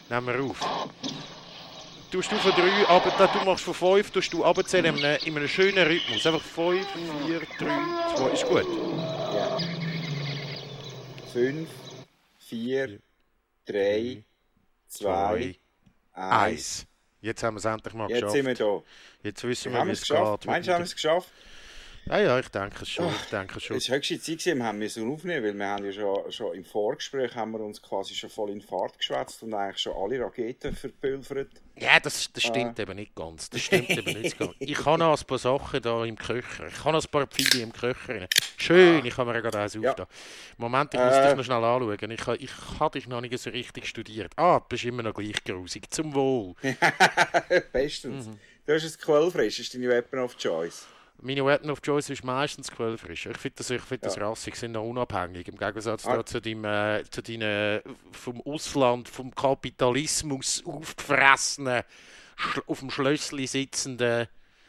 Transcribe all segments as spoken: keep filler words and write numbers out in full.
Nehmen wir auf. Tust du von drei, aber da du machst von fünf, tust du runterzählen in einem, in einem schönen Rhythmus. Einfach fünf, vier, drei, zwei. Ist gut? Ja. fünf, vier, drei, zwei, eins. Jetzt haben wir es endlich mal Jetzt geschafft. sind wir da. Jetzt wissen wir, wir, wie es geht. Meinst du, haben wir es geschafft? Ja, ja, ich denke es schon. Ich denke schon. Es war höchste Zeit, wir haben müssen aufnehmen, weil wir haben ja schon, schon im Vorgespräch haben wir uns quasi schon voll in Fahrt geschwätzt und eigentlich schon alle Raketen verpulvert. Ja, das, das stimmt äh. eben nicht ganz. Das stimmt eben nicht ganz. Ich habe noch ein paar Sachen da im Köcher. Ich habe noch ein paar Pfeile im Köcher. Schön, ich habe mir gerade eins ja. aufgetan. Moment, ich muss äh. dich noch schnell anschauen. Ich, ich habe dich noch nicht so richtig studiert. Ah, du bist immer noch gleich grusig. Zum Wohl. Bestens. Mhm. Du hast ein Quellfrisch, das ist deine Weapon of Choice. Meine Weapon of Choice ist meistens quellfrisch. Ich finde das, ich find das ja. rassig, sind noch unabhängig. Im Gegensatz ah. zu deinem, äh, zu deinen vom Ausland, vom Kapitalismus aufgefressenen, auf dem Schlössli sitzenden,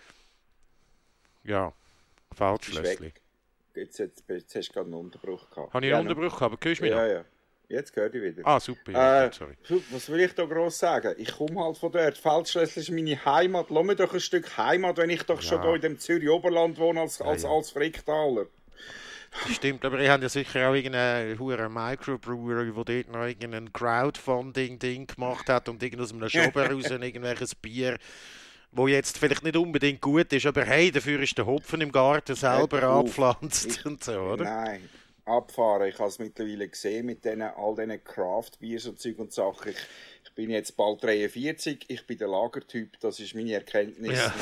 ja, Feldschlössli. Jetzt, jetzt, jetzt hast du gerade einen Unterbruch gehabt. Habe ich einen ja, Unterbruch gehabt? Hörst du mich ja, noch? Ja. Jetzt höre ich wieder. Ah, super. Ja, äh, sorry. Was will ich da gross sagen? Ich komme halt von dort. Feldschlössli ist meine Heimat. Lass mir doch ein Stück Heimat, wenn ich doch ja. schon hier in dem Zürich-Oberland wohne als, als, ja, ja. als Fricktaler. Das stimmt, aber ihr habt ja sicher auch irgendeinen hohen Microbrewery, der dort noch irgendein Crowdfunding-Ding gemacht hat und aus einem Shop raus irgendwelches Bier, wo jetzt vielleicht nicht unbedingt gut ist, aber hey, dafür ist der Hopfen im Garten selber abgepflanzt und so, oder? Nein. Abfahren. Ich habe es mittlerweile gesehen mit denen, all diesen Craft-Biers und Zeug und Sachen. Ich, ich bin jetzt bald dreiundvierzig, ich bin der Lagertyp, das ist meine Erkenntnis. Ja.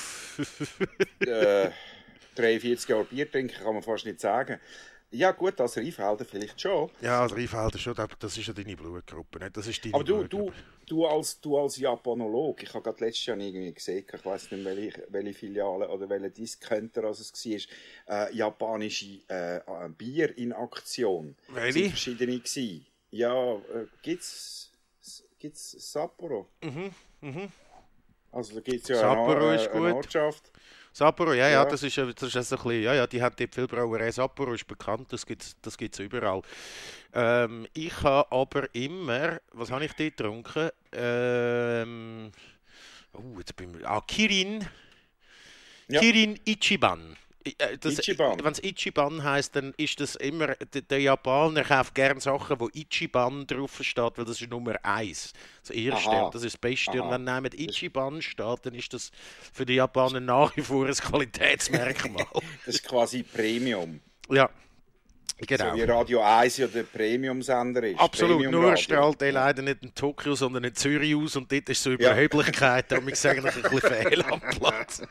Nach äh, dreiundvierzig Jahren Bier trinken kann man fast nicht sagen. Ja gut, als Rheinfelder vielleicht schon. Ja, als Rheinfelder schon, aber das ist ja deine Blutgruppe, nicht? Das ist deine aber du, du, du, als, du als Japanolog, ich habe gerade letztes Jahr irgendwie gesehen, ich weiß nicht, welche, welche Filiale oder welcher Discounter es war, äh, japanische äh, Bier in Aktion. Welche? Es waren verschiedene gewesen. Ja, äh, gibt's, gibt's Sapporo? Mhm, mhm. Also da gibt es ja Sapporo eine, ist eine, eine Ortschaft. Sapporo, ja, ja, ja, das ist, das ist so ein bisschen, ja, ja, die haben dort viel Brauerei. Sapporo ist bekannt, das gibt es das gibt's überall. Ähm, ich habe aber immer, was habe ich dort getrunken? Ähm, oh, jetzt bin ich, ah, Kirin, ja. Kirin Ichiban. Wenn es Ichiban heisst, dann ist das immer, der, der Japaner kauft gerne Sachen, wo Ichiban drauf steht, weil das ist Nummer eins. Das erste, Aha. das ist das Beste. Aha. Und wenn neben Ichiban steht, dann ist das für die Japaner nach wie vor ein Qualitätsmerkmal. Das ist quasi Premium. Ja. Genau. So wie Radio eins ja der Premium-Sender ist. Absolut, nur strahlt er leider nicht in Tokio, sondern in Zürich aus und dort ist so Überheblichkeit, da muss ich eigentlich ein bisschen fehl am Platz.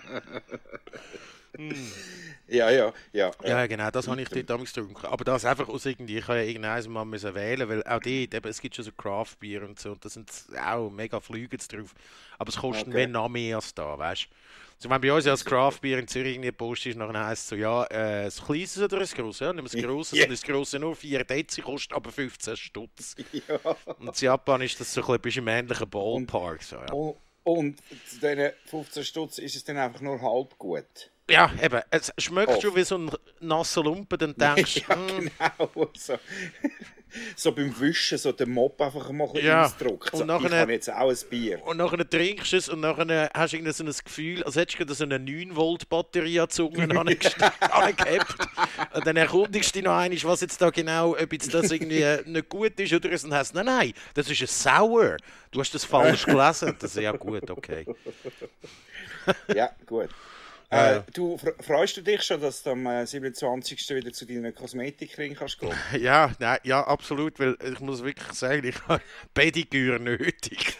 Hm. Ja, ja, ja. Ja, genau, das habe ich dort damals getrunken. Aber das einfach aus irgendwie, ich habe ja irgendeines mal müssen wählen, weil auch dort, eben, es gibt schon so Craft-Bier und so, und da sind auch mega Flüge drauf. Aber es kostet okay. noch mehr als da, weißt du? Also wenn bei uns ja das Craft-Bier in Zürich irgendwie postet, nachher heisst es so, ja, äh, das Kleines oder das Grosse? Ja, nimm das Grosse, yeah. Und das Grosse nur vier Dezi, kostet aber fünfzehn Stutz. Ja. Und in Japan ist das so ein bisschen im ähnlichen Ballpark. So, ja. Und, und zu diesen fünfzehn Stutz ist es dann einfach nur halb gut. Ja, eben. Es schmeckt schon wie so ein nasser Lumpen, dann denkst du... Ja, genau. So. So beim Wischen, so den Mob einfach mal ein bisschen ja. ausdrückt. So, Und nachher, ich habe jetzt auch ein Bier. Und nachher trinkst du es und nachher hast du irgendwie so ein Gefühl, als hättest du so eine neun Volt Batterie an die Zunge angehabt. Und dann erkundigst du dich noch einmal, was jetzt da genau, ob jetzt das irgendwie nicht gut ist oder so. Und hast nein, nein, das ist ein Sour. Du hast das falsch gelesen. Das ist ja gut, okay. Ja, gut. Äh, ja. Du, freust du dich schon, dass du am äh, siebenundzwanzigsten wieder zu deiner Kosmetikerin kannst gehen? Ja, nein, ja, absolut, weil ich muss wirklich sagen, ich habe Pediküre nötig.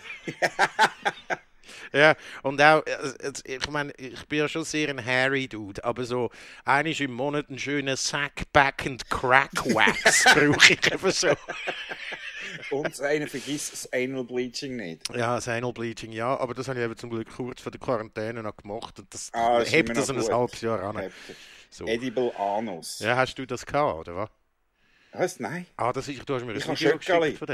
Ja, und auch, ich meine, ich bin ja schon sehr ein hairy Dude, aber so einmal im Monat einen schönen Sack-Back- and Crack-Wax brauche ich eben so. Und das eine vergisst das Anal Bleaching nicht. Ja, das Anal Bleaching, ja, aber das habe ich eben zum Glück kurz vor der Quarantäne noch gemacht und das ah, das hebt das ein halbes Jahr an. So. Edible Anus. Ja, hast du das gehabt, oder was? Was? Nein. Ah, das ist, du hast mir ein ich Video geschickt von dem.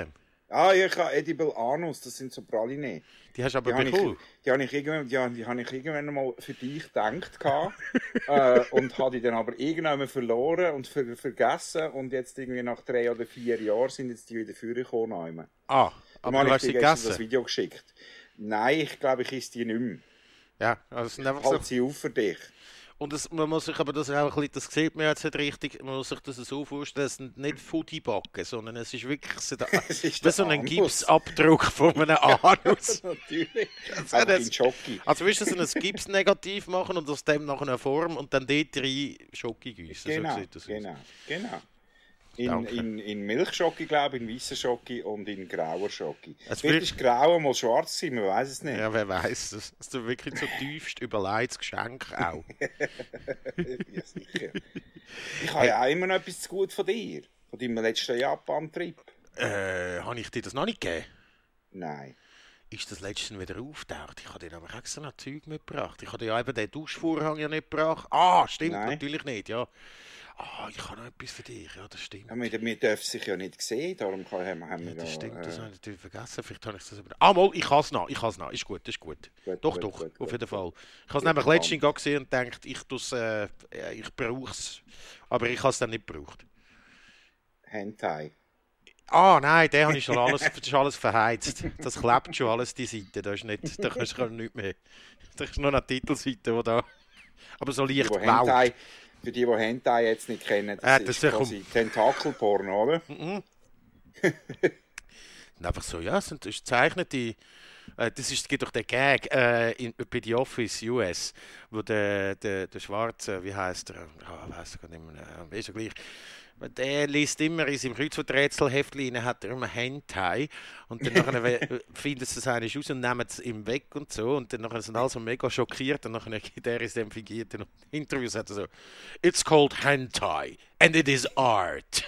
Ah, ja, ich habe Edible Anus, das sind so Praline. Die hast du aber die bekommen? Ich, die habe ich irgendwann, die, die habe ich irgendwann mal für dich gedacht äh, und habe die dann aber irgendwann verloren und ver vergessen und jetzt irgendwie nach drei oder vier Jahren sind jetzt die wieder vorgekommen. Ah, aber du hast sie gegessen? Das Video geschickt. Nein, ich glaube, ich esse die nicht mehr. Ja, also es sind einfach halt so... sie auf für dich. Und das, man muss sich aber das auch ein bisschen, das sieht man jetzt nicht richtig, man muss sich das so vorstellen, es sind nicht Foodie-Backen, sondern es ist wirklich so, es ist wie so ein Anus. Gipsabdruck von einem Anus. Natürlich. Also, das, also willst du so ein Gips-Negativ machen und aus dem nach einer Form und dann dort rein Schoki gießen? Genau, so sieht das genau, aus. genau. In, in, in Milchschoki, glaube ich, in weißer Schoki und in grauer Schoki. Vielleicht ist grau mal schwarz sein, man weiß es nicht. Ja, wer weiß. Das ist wirklich so tiefst überlegtes Geschenk auch. Ja, sicher. Ich habe hey. ja auch immer noch etwas zu gut von dir. Von deinem letzten Japan-Trip. Äh, habe ich dir das noch nicht gegeben? Nein. Ist das letztens wieder auftaucht? Ich habe dir aber extra noch Zeug mitgebracht. Ich habe dir ja eben den Duschvorhang ja nicht gebracht. Ah, stimmt, Nein. Natürlich nicht, ja. Ah, ich habe noch etwas für dich, ja, das stimmt. Ja, wir, wir dürfen sich ja nicht sehen, darum kann, haben, haben wir ja, das da, stimmt, äh... das habe ich natürlich vergessen, vielleicht habe ich das über... Ah, mal, ich habe es noch, ich habe es noch, ist gut, ist gut. gut doch, gut, doch, gut, auf gut, jeden gut. Fall. Ich habe es nämlich letztens gesehen und gedacht, ich, äh, ich brauche es, aber ich habe es dann nicht gebraucht. Hentai. Ah, nein, der habe ich schon alles, das ist alles verheizt. Das klebt schon alles, die Seite, da ist nicht, da kannst du nicht mehr. Das ist nur eine Titelseite, die da... Aber so leicht blau. Für die, die Hentai jetzt nicht kennen, das, äh, das ist quasi um... Tentakelporn, oder? Mhm. Einfach so, ja, es ist gezeichnete... Äh, das ist, es gibt doch den Gag äh, in, bei The Office U S, wo der, der, der Schwarze, wie heißt er? Oh, weiß ich gar nicht mehr, äh, ist ja gleich... Der liest immer in seinem Kreuzworträtselheftchen, hat er immer Hentai und dann findet es das eigentlich aus und nehmen es ihm weg und so und dann sind alle so mega schockiert und dann gibt er in dem fingierten Interview sagt er so, it's called Hentai and it is art.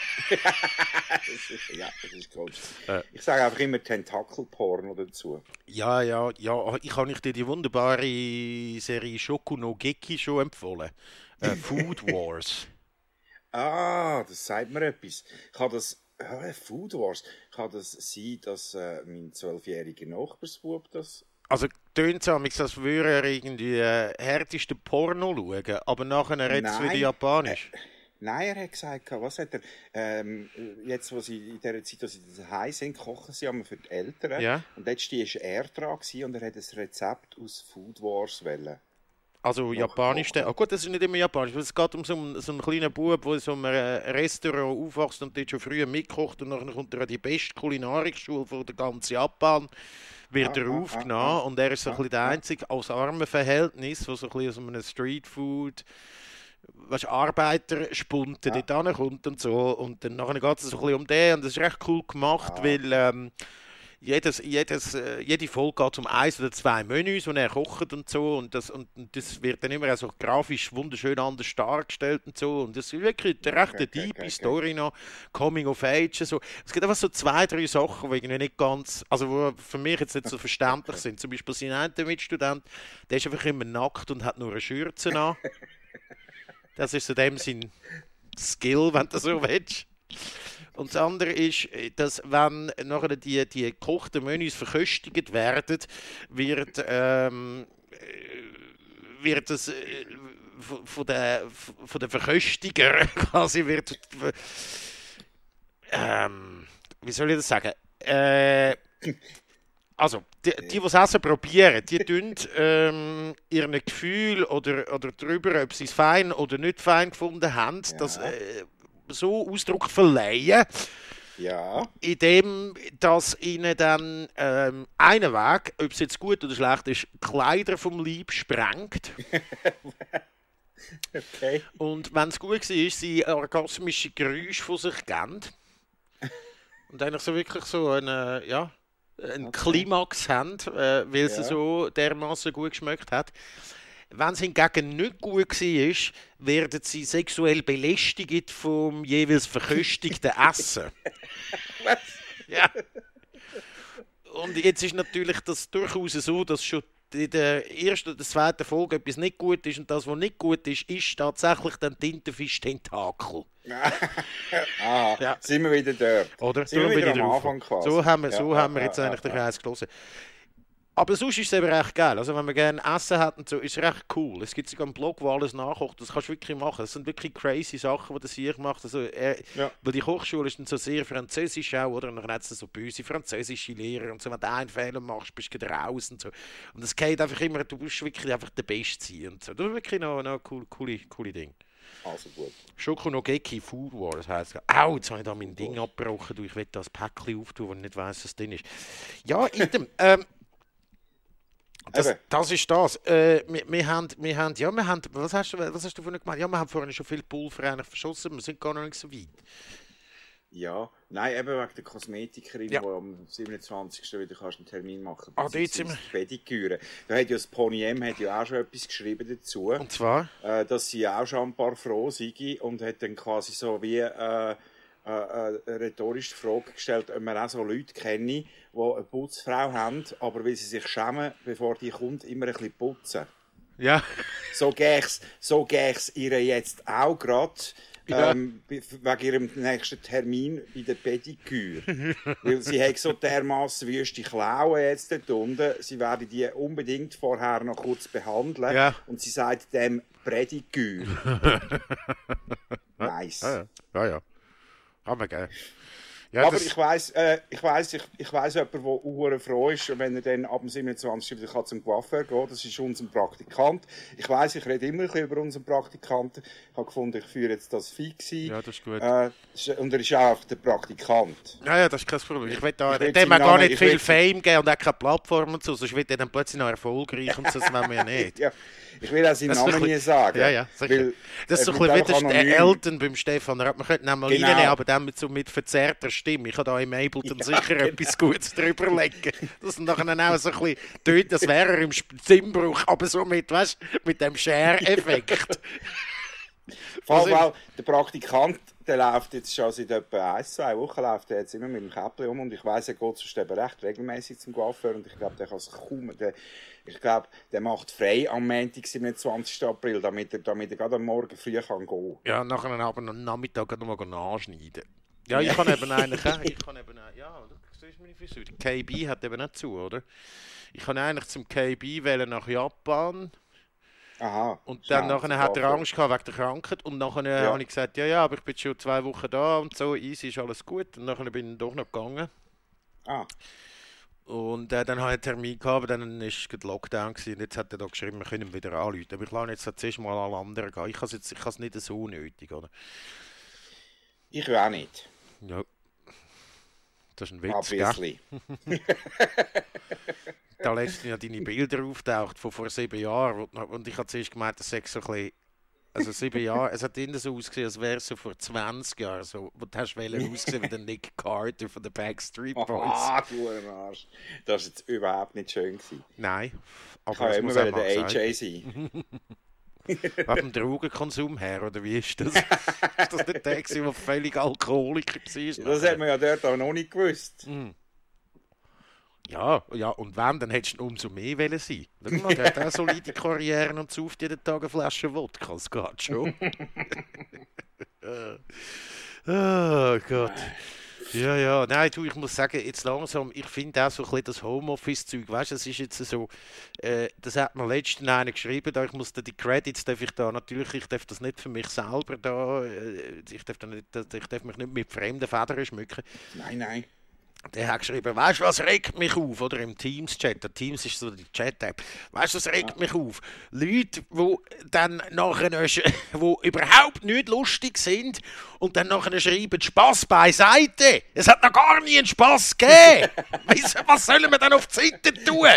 Ja, das ist gut. Äh. Ich sage einfach immer Tentakelporn dazu. Ja, ja, ja, ich habe dir die wunderbare Serie Shoku no Geki schon empfohlen. Äh, Food Wars. Ah, das sagt mir etwas. Kann das, äh, Food Wars, kann das sein, dass äh, mein zwölfjähriger Nachbarsbub das... Also tönt es amix, als würde er irgendwie äh, härteste Porno schauen, aber nachher redet es wieder Japanisch. Äh, nein, er hat gesagt, was hat er, ähm, jetzt, wo sie in der Zeit, wo sie daheim sind, kochen sie einmal für die Eltern. Ja. Und letztens war er dran und er hat ein Rezept aus Food Wars wollen. Also japanisch, ah, gut, das ist nicht immer japanisch, es geht um so einen, so einen kleinen Bub, der in so einem Restaurant aufwächst und dort schon früher mitkocht und dann kommt er an die beste Kulinarikschule von der ganzen Japan, wird ah, er ah, aufgenommen ah, und er ist so ah, ein bisschen der Einzige aus armen Verhältnis, der so ein bisschen aus einem Streetfood, weißt, Arbeiterspunten ah. dort ankommt und so und dann nachher geht es so ein bisschen um den und das ist recht cool gemacht, ah. weil ähm, Jedes, jedes, äh, jede Folge geht um eins oder zwei Menüs, die er kocht und so. Und das, und, und das wird dann immer so grafisch wunderschön anders dargestellt und so. Und das ist wirklich eine recht okay, tiefe okay, Story okay. noch. Coming of Age. So. Es gibt einfach so zwei, drei Sachen, die irgendwie nicht ganz, also wo für mich jetzt nicht so verständlich sind. Zum Beispiel sein einer Mitstudent, der ist einfach immer nackt und hat nur eine Schürze an. Das ist so dem sein Skill, wenn du so willst. Und das andere ist, dass wenn nachher die, die gekochten Menüs verköstigt werden, wird, ähm, wird das äh, von den von der Verköstiger quasi wird, ähm, wie soll ich das sagen? Äh, also, die, die, die das Essen probieren, die tun ähm, ihren Gefühl oder, oder darüber, ob sie es fein oder nicht fein gefunden haben, ja. das äh, so Ausdruck verleihen, ja. indem dass ihnen dann ähm, einen Weg, ob es jetzt gut oder schlecht ist, Kleider vom Leib sprengt. Okay. Und wenn es gut war, sie orgasmische Geräusche von sich geben. Und eigentlich so wirklich so eine, ja, einen okay. Klimax haben, äh, weil ja. sie so dermaßen gut geschmeckt hat. Wenn es hingegen nicht gut war, werden sie sexuell belästigt vom jeweils verköstigten Essen. Was? Ja. Und jetzt ist natürlich das durchaus so, dass schon in der ersten oder zweiten Folge etwas nicht gut ist und das, was nicht gut ist, ist tatsächlich dann Tintenfisch-Tentakel. ah, ja. Sind wir wieder dort. Oder? Sind wir wieder am Anfang quasi. So haben wir, ja, so ja, haben wir jetzt ja, eigentlich ja, den Kreis gelesen. Aber sonst ist es eben recht geil. Also wenn wir gerne Essen hätten, so, ist es recht cool. Es gibt sogar einen Blog, wo alles nachkocht. Das kannst du wirklich machen. Das sind wirklich crazy Sachen, die das hier macht. Also, äh, ja. Weil die Hochschule ist dann so sehr französisch auch, oder? Und dann hat es so böse französische Lehrer und so. Wenn du einen Fehler machst, bist du wieder raus und so. Und es geht einfach immer, du musst wirklich einfach der Beste sein und so. Das ist wirklich noch ein cool, coole, coole Ding. Also gut. Schoko no Geki Food War, das heisst, au, jetzt habe ich da mein Ding abgebrochen, du, ich will das Päckchen auftun, wo ich nicht weiss, was drin ist. Ja, idem, ähm, Das, das ist das. Äh, wir, wir, haben, wir haben, ja, wir haben, was hast du, was hast du vorhin gemacht? Ja, wir haben vorhin schon viel Pulver eigentlich verschossen, wir sind gar noch nicht so weit. Ja, nein, eben wegen der Kosmetikerin, ja. die am siebenundzwanzigsten wieder kannst einen Termin machen kannst. Ah, dort sind wir. Pediküre. Da hat ja das Pony M hat ja auch schon etwas geschrieben dazu. Und zwar? Äh, dass sie auch schon ein paar froh sind und hat dann quasi so wie äh, äh, eine rhetorische Frage gestellt, ob man auch so Leute kenne, die eine Putzfrau haben, aber weil sie sich schämen, bevor die kommt, immer ein bisschen putzen. Ja. So gehe ich es so ihr jetzt auch gerade. Ja. Ähm, wegen ihrem nächsten Termin bei der Pediküre. Weil sie hat so dermassen wüste Klauen jetzt dort unten, sie werden die unbedingt vorher noch kurz behandeln. Ja. Und sie sagt dem Pediküre. Nice. Ja, ja. ja. Kann man gehen. Ja, aber ich weiss, äh, ich weiss, ich, ich weiss jemanden, der uhr froh ist, wenn er dann ab dem siebenundzwanzigsten wieder zum Coiffeur gehen kann. Das ist unser Praktikant. Ich weiss, ich rede immer ein bisschen über unseren Praktikanten. Ich habe gefunden, ich führe jetzt das fix ein. Ja, das ist gut. Äh, und er ist auch der Praktikant. Ja, ja, das ist kein Problem. Ich will da, ich dem gar nicht viel Fame geben und auch keine Plattform und so, sonst wird er dann plötzlich noch erfolgreich und so, das wollen wir ja nicht. Ja. Ich will auch seinen Namen nie sagen. Ja, ja, weil, das ist so ein bisschen wie der Elton beim Stefan Raab. Man könnte ihn mal genau. reinnehmen, aber dann mit, so mit verzerrter Stimme. Ich kann da im Ableton ja, sicher genau. etwas Gutes drüber legen. Das sind nachher auch so ein bisschen tönt, das wäre er im Stimmbruch, aber so mit, weißt, mit dem Share-Effekt. Fall, weil der Praktikant, der läuft jetzt schon seit etwa ein, zwei Wochen, läuft er jetzt immer mit dem Käppchen um und ich weiss, er geht sonst eben recht regelmäßig zum Coiffeur und ich glaube, der kann es kaum, der, ich glaube, der macht frei am Montag, siebenundzwanzigsten April, damit er, damit er gerade am Morgen früh kann gehen. Ja, nachher aber am Nachmittag noch mal nachschneiden. Ja, ich kann eben eigentlich auch, ich kann eben auch, ja, du siehst meine Frisur, der K B hat eben nicht zu, oder? Ich kann eigentlich zum K B wählen nach Japan. Aha, und dann nachher hat er Angst gehabt wegen der Krankheit und nachher ja. habe ich gesagt, ja, ja, aber ich bin schon zwei Wochen da und so, easy, ist alles gut. Und nachher bin ich doch noch gegangen. Ah. Und äh, dann habe ich einen Termin gehabt, aber dann war es Lockdown gewesen, und jetzt hat er da geschrieben, wir können ihn wieder anrufen. Aber ich lasse jetzt zuerst mal alle anderen gehen. Ich habe es nicht so nötig, oder? Ich will auch nicht. Ja. Das ist ein Witz, Obviously. Da letztens ja deine Bilder auftaucht von vor sieben Jahren und ich habe zuerst gemeint, das sei so ein bisschen, also sieben Jahre, es hat innen so ausgesehen, als wäre es so vor zwanzig Jahren so, wo du hast wollen ausgesehen wie der Nick Carter von den Backstreet Boys. Ah, du Arsch. Das war jetzt überhaupt nicht schön gewesen. Nein, aber ich kann es immer muss der A J sein. Wegen dem Drogenkonsum her, oder wie ist das? Ist das nicht der, der völlig Alkoholiker war? Das hat man ja dort auch noch nicht gewusst. Mm. Ja, ja, und wenn, dann hättest du umso mehr wollen sein. Schau mal, der hat auch solide Karrieren und sauft jeden Tag eine Flasche Wodka, das geht schon. Oh Gott. Ja, ja, nein, du, ich muss sagen, jetzt langsam, ich finde auch so ein bisschen das Homeoffice-Zeug, weißt du, das ist jetzt so, äh, das hat mir letztens einer geschrieben, da ich muss da die Credits, darf ich da, natürlich, ich darf das nicht für mich selber da, äh, ich darf da nicht, ich darf mich nicht mit fremden Federn schmücken. Nein, nein. Der hat geschrieben, weißt du, was regt mich auf? Oder im Teams-Chat, der Teams ist so die Chat-App. Weißt du, was regt ja. mich auf? Leute, die dann nachher, die überhaupt nicht lustig sind und dann nachher schreiben, Spass beiseite. Es hat noch gar nie einen Spass gegeben. Was sollen wir dann auf die Seite tun?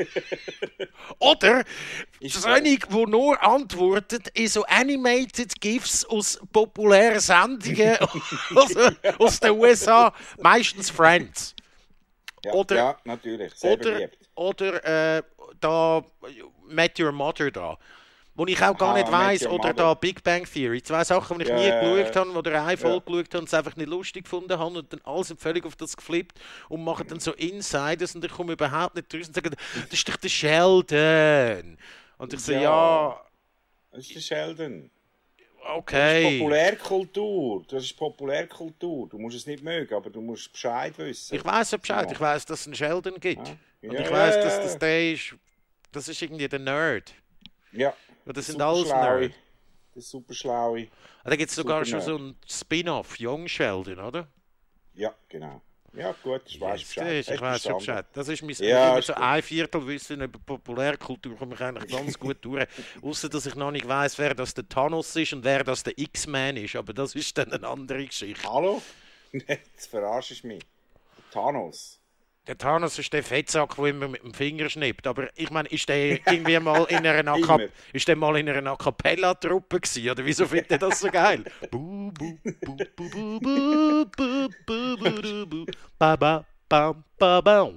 Oder solche, die nur antworten in so Animated GIFs aus populären Sendungen aus, aus den U S A, meistens Friends. Ja, oder, ja natürlich, sehr oder, beliebt. Oder äh, da Met Your Mother da, wo ich auch gar ah, nicht weiss, oder Mother. Da Big Bang Theory, zwei Sachen, die ich ja, nie geschaut habe, oder eine Folge ja. geschaut habe und es einfach nicht lustig gefunden habe und dann alle sind völlig auf das geflippt und machen dann so Insiders und ich komme überhaupt nicht raus und sagen, das ist doch der Sheldon. Und ich so, ja... Das ist der Sheldon. Okay. Das ist Populärkultur. Das ist Populärkultur. Du musst es nicht mögen, aber du musst Bescheid wissen. Ich weiss ja Bescheid. Ich weiss, dass es einen Sheldon gibt. Ja. Und Ja, ich weiss, ja, dass ja. das der ist. Das ist irgendwie der Nerd. Ja. Und das sind Super alles schlaue. Nerds. Das ist super schlaue. Und da gibt es sogar Super schon so einen Spin-off, Young Sheldon, oder? Ja, genau. Ja, gut, das weißt Yes, Bescheid. das ist, ich weiss schon Bescheid. Das ist mein Ja, mit so ist ein Viertelwissen über Populärkultur komme ich eigentlich ganz gut durch. Außer dass ich noch nicht weiss, wer das der Thanos ist und wer das der X-Man ist. Aber das ist dann eine andere Geschichte. Hallo? Jetzt verarschst du mich. Thanos. Der Thanos ist der Fettsack, der immer mit dem Finger schnippt. Aber ich meine, ist der irgendwie mal in einer, A Immer. ist der mal in einer A Cappella-Truppe gewesen? Oder wieso findet er das so geil? Bu, bu, bu, bu, bu, bu, bu, bu, bu, du, bu. Ba, ba, bam, ba, bam.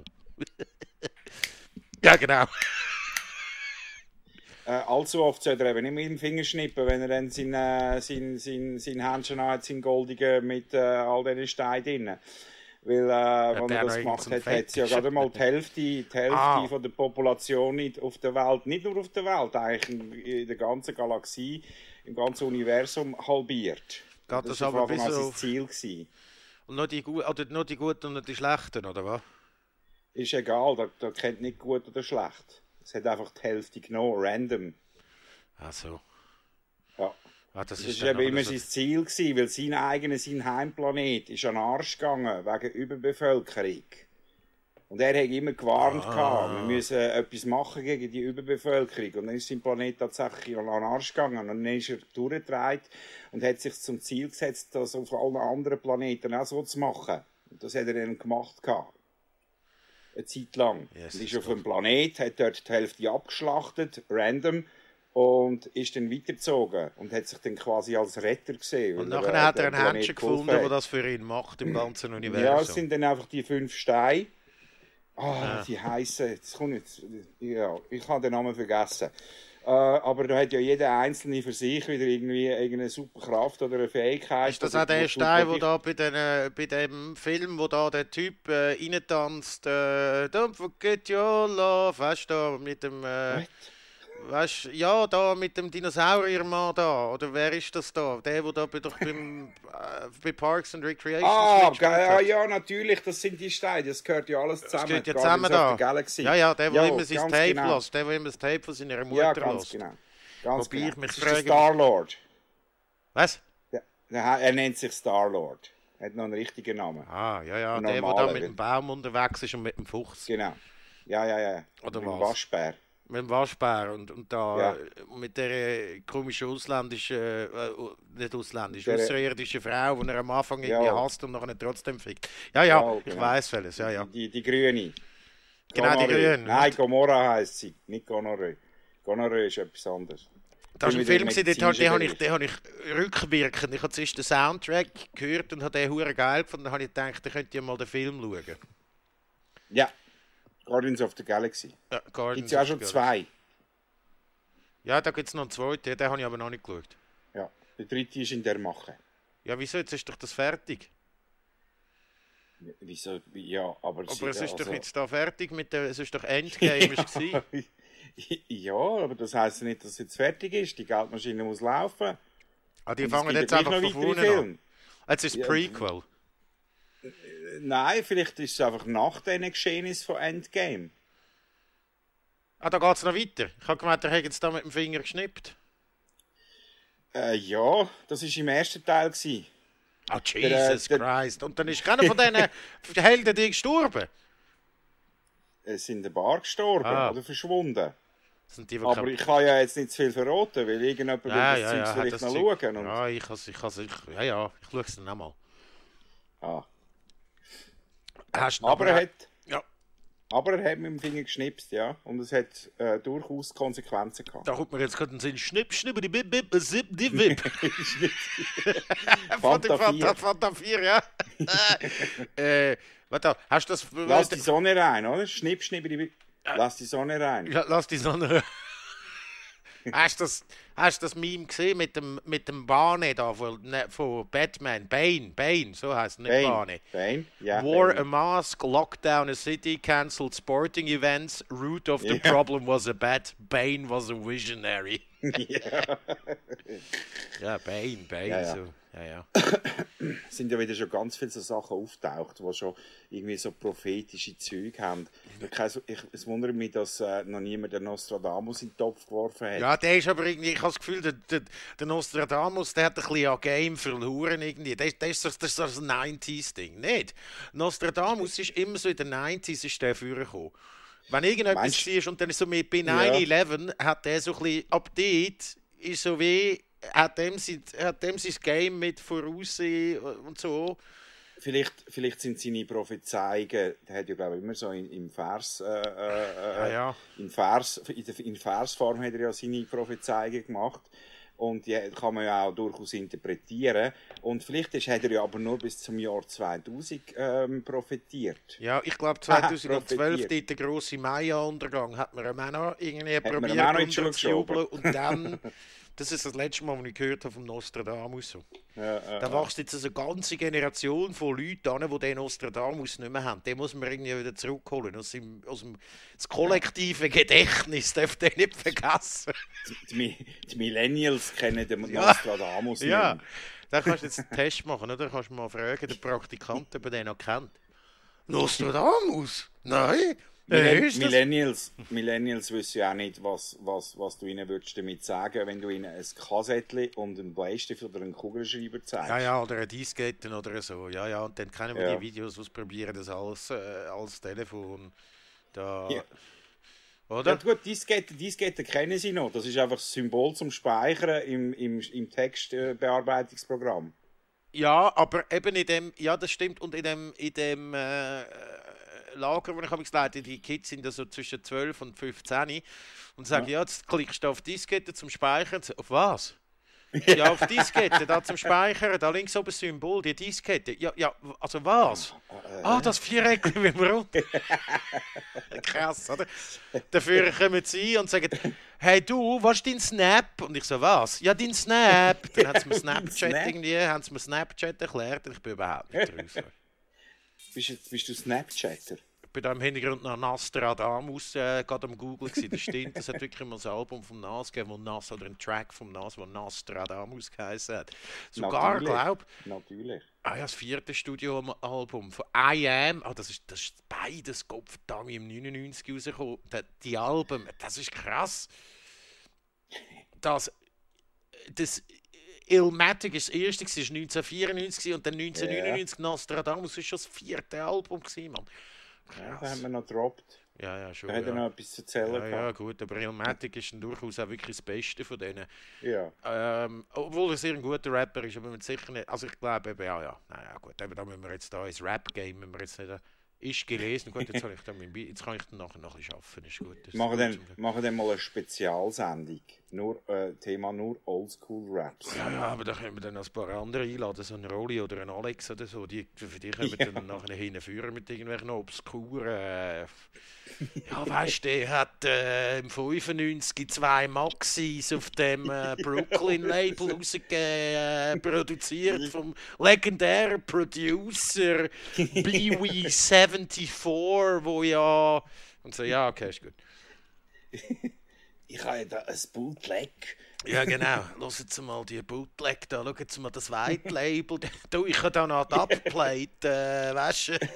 Ja, genau. Äh, allzu oft sollte er eben nicht mit dem Finger schnippen, wenn er dann sein, äh, sein, sein, sein Händchen hat, sein goldigen mit äh, all diesen Steinen drin. Weil, äh, als der er das noch gemacht irgend hat, so hat es ja Fetisch. gerade mal die Hälfte, die Hälfte Ah. von der Population nicht auf der Welt, nicht nur auf der Welt, eigentlich in, in der ganzen Galaxie, im ganzen Universum halbiert. Geht das das war aber von Anfang bis an sein auf- Ziel gewesen. Und nur die, Gu- oder nur die Guten und nicht die Schlechten, oder was? Ist egal, da, da kennt nicht gut oder schlecht. Es hat einfach die Hälfte genommen, random. Ach so. Ja. Ah, das Das ist war dann eben aber immer so- sein Ziel, gewesen, weil sein eigener, sein Heimplanet ist an den Arsch gegangen wegen Überbevölkerung. Und er hat immer gewarnt, Ah. gehabt, wir müssen etwas machen gegen die Überbevölkerung. Und dann ist sein Planet tatsächlich an den Arsch gegangen. Und dann ist er durchgedreht und hat sich zum Ziel gesetzt, das auf allen anderen Planeten auch so zu machen. Und das hat er dann gemacht. Gehabt. Eine Zeit lang. Yes, und ist ist auf gut. einem Planet, hat dort die Hälfte abgeschlachtet, random, und ist dann weitergezogen und hat sich dann quasi als Retter gesehen. Und weil nachher äh, hat er dem ein Planet Händchen geholfen gefunden, hat. das das für ihn macht im ganzen Ja, es Universum. sind dann einfach die fünf Steine. Ah, Ja. die heissen, jetzt kommt jetzt, ja, ich habe den Namen vergessen. Äh, aber da hat ja jeder Einzelne für sich wieder irgendwie irgendeine Superkraft oder eine Fähigkeit. Ist das oder auch der wo Stein, super wo da bei, den, äh, bei dem Film, wo da der Typ äh, reintanzt, äh, Don't forget your love, weißt du, da mit dem, äh, What? weißt du, ja, da mit dem Dinosauriermann da, oder wer ist das da? Der, wo da bei, doch beim, äh, bei Parks and Recreation Ah, mitgespielt ja, hat. ja, natürlich, das sind die Steine, das gehört ja alles zusammen. Das gehört ja Guardians zusammen of da. the Galaxy. Ja, ja, der, wo Ja, immer sein ganz Tape genau. lässt, der, wo immer das Tape von seiner Mutter Ja, ganz lässt. genau. Ganz Wobei genau. ich mich das ist frage- der Star-Lord. Was? Ja, er nennt sich Star-Lord. Er hat noch einen richtigen Namen. Ah, ja, ja, Ein der, der da normaler, mit weil- dem Baum unterwegs ist und mit dem Fuchs. Genau. Ja, ja, ja. Oder Mit dem was? Waschbär. Mit dem Waschbär und, und da Ja. äh, mit der äh, komischen ausländischen, äh, nicht ausländisch, Der- außerirdischen Frau, die er am Anfang Ja. irgendwie hasst und nachher trotzdem fickt. Ja, ja, Ja, ich genau. weiß vieles, ja, ja. Die, die Grüne. Genau, die Gonorrhoe. Grüne. Nein, Gomorra heisst sie, nicht Gonorrhoe. Gonorrhoe ist etwas anderes. Das war ein Mit Film, dem gewesen, den, den, habe ich, medizinischen den habe ich rückwirkend. Ich habe zuerst den Soundtrack gehört und habe den hure geil gefunden. Dann habe ich gedacht, da könnt ihr mal den Film schauen. Ja, Guardians of the Galaxy. Ja, Gibt Guardians es ja auch of the schon Galaxy. zwei. Ja, da gibt es noch einen zweiten, den habe ich aber noch nicht geschaut. Ja, der dritte ist in der Mache. Ja, wieso? Jetzt ist doch das fertig. Wieso? Ja, aber... Aber es ist doch also- jetzt da fertig mit der, es ist doch Endgame ist gewesen. Ja, aber das heisst ja nicht, dass es jetzt fertig ist. Die Geldmaschine muss laufen. Ah, die Und es fangen gibt jetzt ja einfach gleich von noch weitere vorne an. Filme. Jetzt ist es Ja, Prequel. Nein, vielleicht ist es einfach nach diesen Geschehnissen von Endgame. Ah, da geht es noch weiter. Ich habe gemeint, der hätte jetzt da mit dem Finger geschnippt. Äh, ja, das war im ersten Teil. Gewesen. Ah, Der, Jesus der- Christ. Und dann ist keiner von diesen Helden die gestorben. Es sind ein paar gestorben Ah. oder verschwunden. Das sind die, die Aber kein- ich kann ja jetzt nicht zu viel verraten, weil irgendjemand will ja, das ja, Zeug ja, hat vielleicht das noch Zeug- schauen. Und, Ja, ich has, ich has, ich, ja, ja, ich schaue es dann auch mal. ah. Hast du Aber er hat... Ja, Aber er hat mit dem Finger geschnipst, ja. Und es hat äh, durchaus Konsequenzen gehabt. da kommt mir jetzt gerade ein Sinn. Schnipp, schnipp, die Bip, Bip, Zip, die Wip. Von der Fanta Fanta, vier. Fanta vier, ja. äh, warte, hast du das... Lass die Sonne rein, oder? Schnipp, schnipp, die... Lass die Sonne rein. Ja, lass die Sonne... Hast du das, hast das Meme gesehen mit dem, mit dem Bane da von, ne, von Batman? Bane, Bane, so heißt es, nicht Bane. Bane. Bane? Ja, Wore Bane. a mask, locked down a city, cancelled sporting events. Root of the Ja. problem was a bat. Bane was a visionary. Ja. Ja, Bane, Bane, Ja, ja. so. Ja, ja. Es sind ja wieder schon ganz viele so Sachen auftaucht, die schon irgendwie so prophetische Züge haben. Ich, also, ich, es wundert mich, dass äh, noch niemand den Nostradamus in den Topf geworfen hat. Ja, der ist aber irgendwie, ich habe das Gefühl, der, der, der Nostradamus, der hat ein bisschen an Game verloren irgendwie. Das, das ist so, das ist so ein neunziger-Ding, nicht? Nostradamus ist immer so in den neunziger ist der vorgekommen. Wenn irgendetwas Meinst- war und dann ist so mit bei Ja. nine eleven hat der so ein bisschen, ab dort ist so wie, hat dem sein, hat dem sein Game mit Voraussehen und so. Vielleicht, vielleicht sind seine Prophezeiungen, der hat ja glaube ich immer so in, im Vers, äh, äh, Ja, ja. in Vers, in, der, in Versform hat er ja seine Prophezeiungen gemacht. Und die kann man ja auch durchaus interpretieren. Und vielleicht ist, hat er ja aber nur bis zum Jahr zweitausend ähm, prophetiert. Ja, ich glaube Aha, zweitausendzwölf, profitiert. dort der grosse Maya-Untergang, hat man ihm auch noch irgendwie man probiert ihm auch noch in die Schuhe unterzujubeln. Und dann, das ist das letzte Mal, was ich gehört habe vom Nostradamus. So. Ja, äh, Da wächst jetzt eine ganze Generation von Leuten an, die den Nostradamus nicht mehr haben. Den muss man irgendwie wieder zurückholen. Aus dem, aus dem das kollektive Gedächtnis darf den nicht vergessen. die, Mi- die Millennials kennen den Ja. Nostradamus nicht Ja, mehr. da kannst du jetzt einen Test machen, oder? Kannst du mal fragen, den Praktikanten, ob er den noch kennt. Nostradamus? Nein? Wer Millen ist das? Millennials, Millennials wissen ja auch nicht, was, was, was du ihnen würdest damit sagen, wenn du ihnen ein Kassettchen und einen Bleistift oder einen Kugelschreiber zeigst. Ja, ja, oder ein Disketten oder so. Ja, ja, und dann kennen wir Ja. die Videos, die probieren das alles äh, als Telefon. Da. Ja. Oder? Ja, gut, Diskette, Diskette kennen sie noch. Das ist einfach das Symbol zum Speichern im, im, im Textbearbeitungsprogramm. Ja, aber eben in dem, ja, das stimmt, und in dem, in dem äh, Lager, wo ich habe geleitet, die Kids sind da so zwischen zwölf und fünfzehn und sagen, ja, jetzt klickst du auf Diskette zum Speichern. Auf was? Ja, auf Diskette, da zum Speichern, da links oben das Symbol, die Diskette. Ja, ja, also was? Ah, das Viereck wie wir runter. Krass, oder? Dafür kommen sie und sagen, hey du, was ist dein Snap? Und ich so, was? Ja, dein Snap. Dann haben sie mir Snapchat Snap? irgendwie, haben sie mir Snapchat erklärt und ich bin überhaupt nicht drauf. Bist, jetzt- bist du Snapchatter? Ich bin da im Hintergrund nach Nostradamus äh, gerade am Googlen gewesen. Das stimmt, das hat wirklich mal ein Album vom Nas gegeben, wo Nas, oder ein Track vom Nas, wo Nostradamus geheißen hat. Sogar, Natürlich. glaub Natürlich. ah ja, das vierte Studioalbum von I Am, ah, das ist, das ist beides, Gott verdammt, im neunundneunzig rausgekommen. Die, die Alben, das ist krass. Das, das Illmatic ist das erste, das war neunzehnhundertvierundneunzig und dann neunzehnhundertneunundneunzig Nostradamus war schon das vierte Album gewesen, Mann. Ja, da haben wir noch gedroppt. Ja, ja, schon. Da hat er Ja. noch etwas zu erzählen Ja, ja, gehabt. gut, aber Illmatic ist dann durchaus auch wirklich das Beste von denen. Ja. Ähm, obwohl er sehr ein guter Rapper ist, aber mit sicher nicht. Also ich glaube eben, ja, ja, naja, gut, eben da müssen wir jetzt da ins Rap-Game, müssen wir jetzt nicht, äh, ist gelesen, gut, jetzt, habe ich dann mein Bi- jetzt kann ich dann nachher noch ein bisschen arbeiten, ist gut. Das ist Machen gut dann, zum Glück. machen dann mal eine Spezialsendung. Nur, äh, Thema nur Oldschool-Raps. Ja, ja, aber da können wir dann noch ein paar andere einladen, so einen Rolli oder einen Alex oder so, die, für die können wir dann nachher hinführen mit irgendwelchen obskuren, äh, ja, weißt du, der hat äh, im fünfundneunzig zwei Maxis auf dem äh, Brooklyn-Label rausgegeben, äh, produziert vom legendären Producer B W vierundsiebzig, wo ja... Und so, ja, okay, ist gut. Ich habe ja da ein Bootleg. Ja, genau. Hören Sie mal die Bootleg da. Schauen Sie mal das White Label. Du, ich habe da noch die Upplate, äh, weißt du?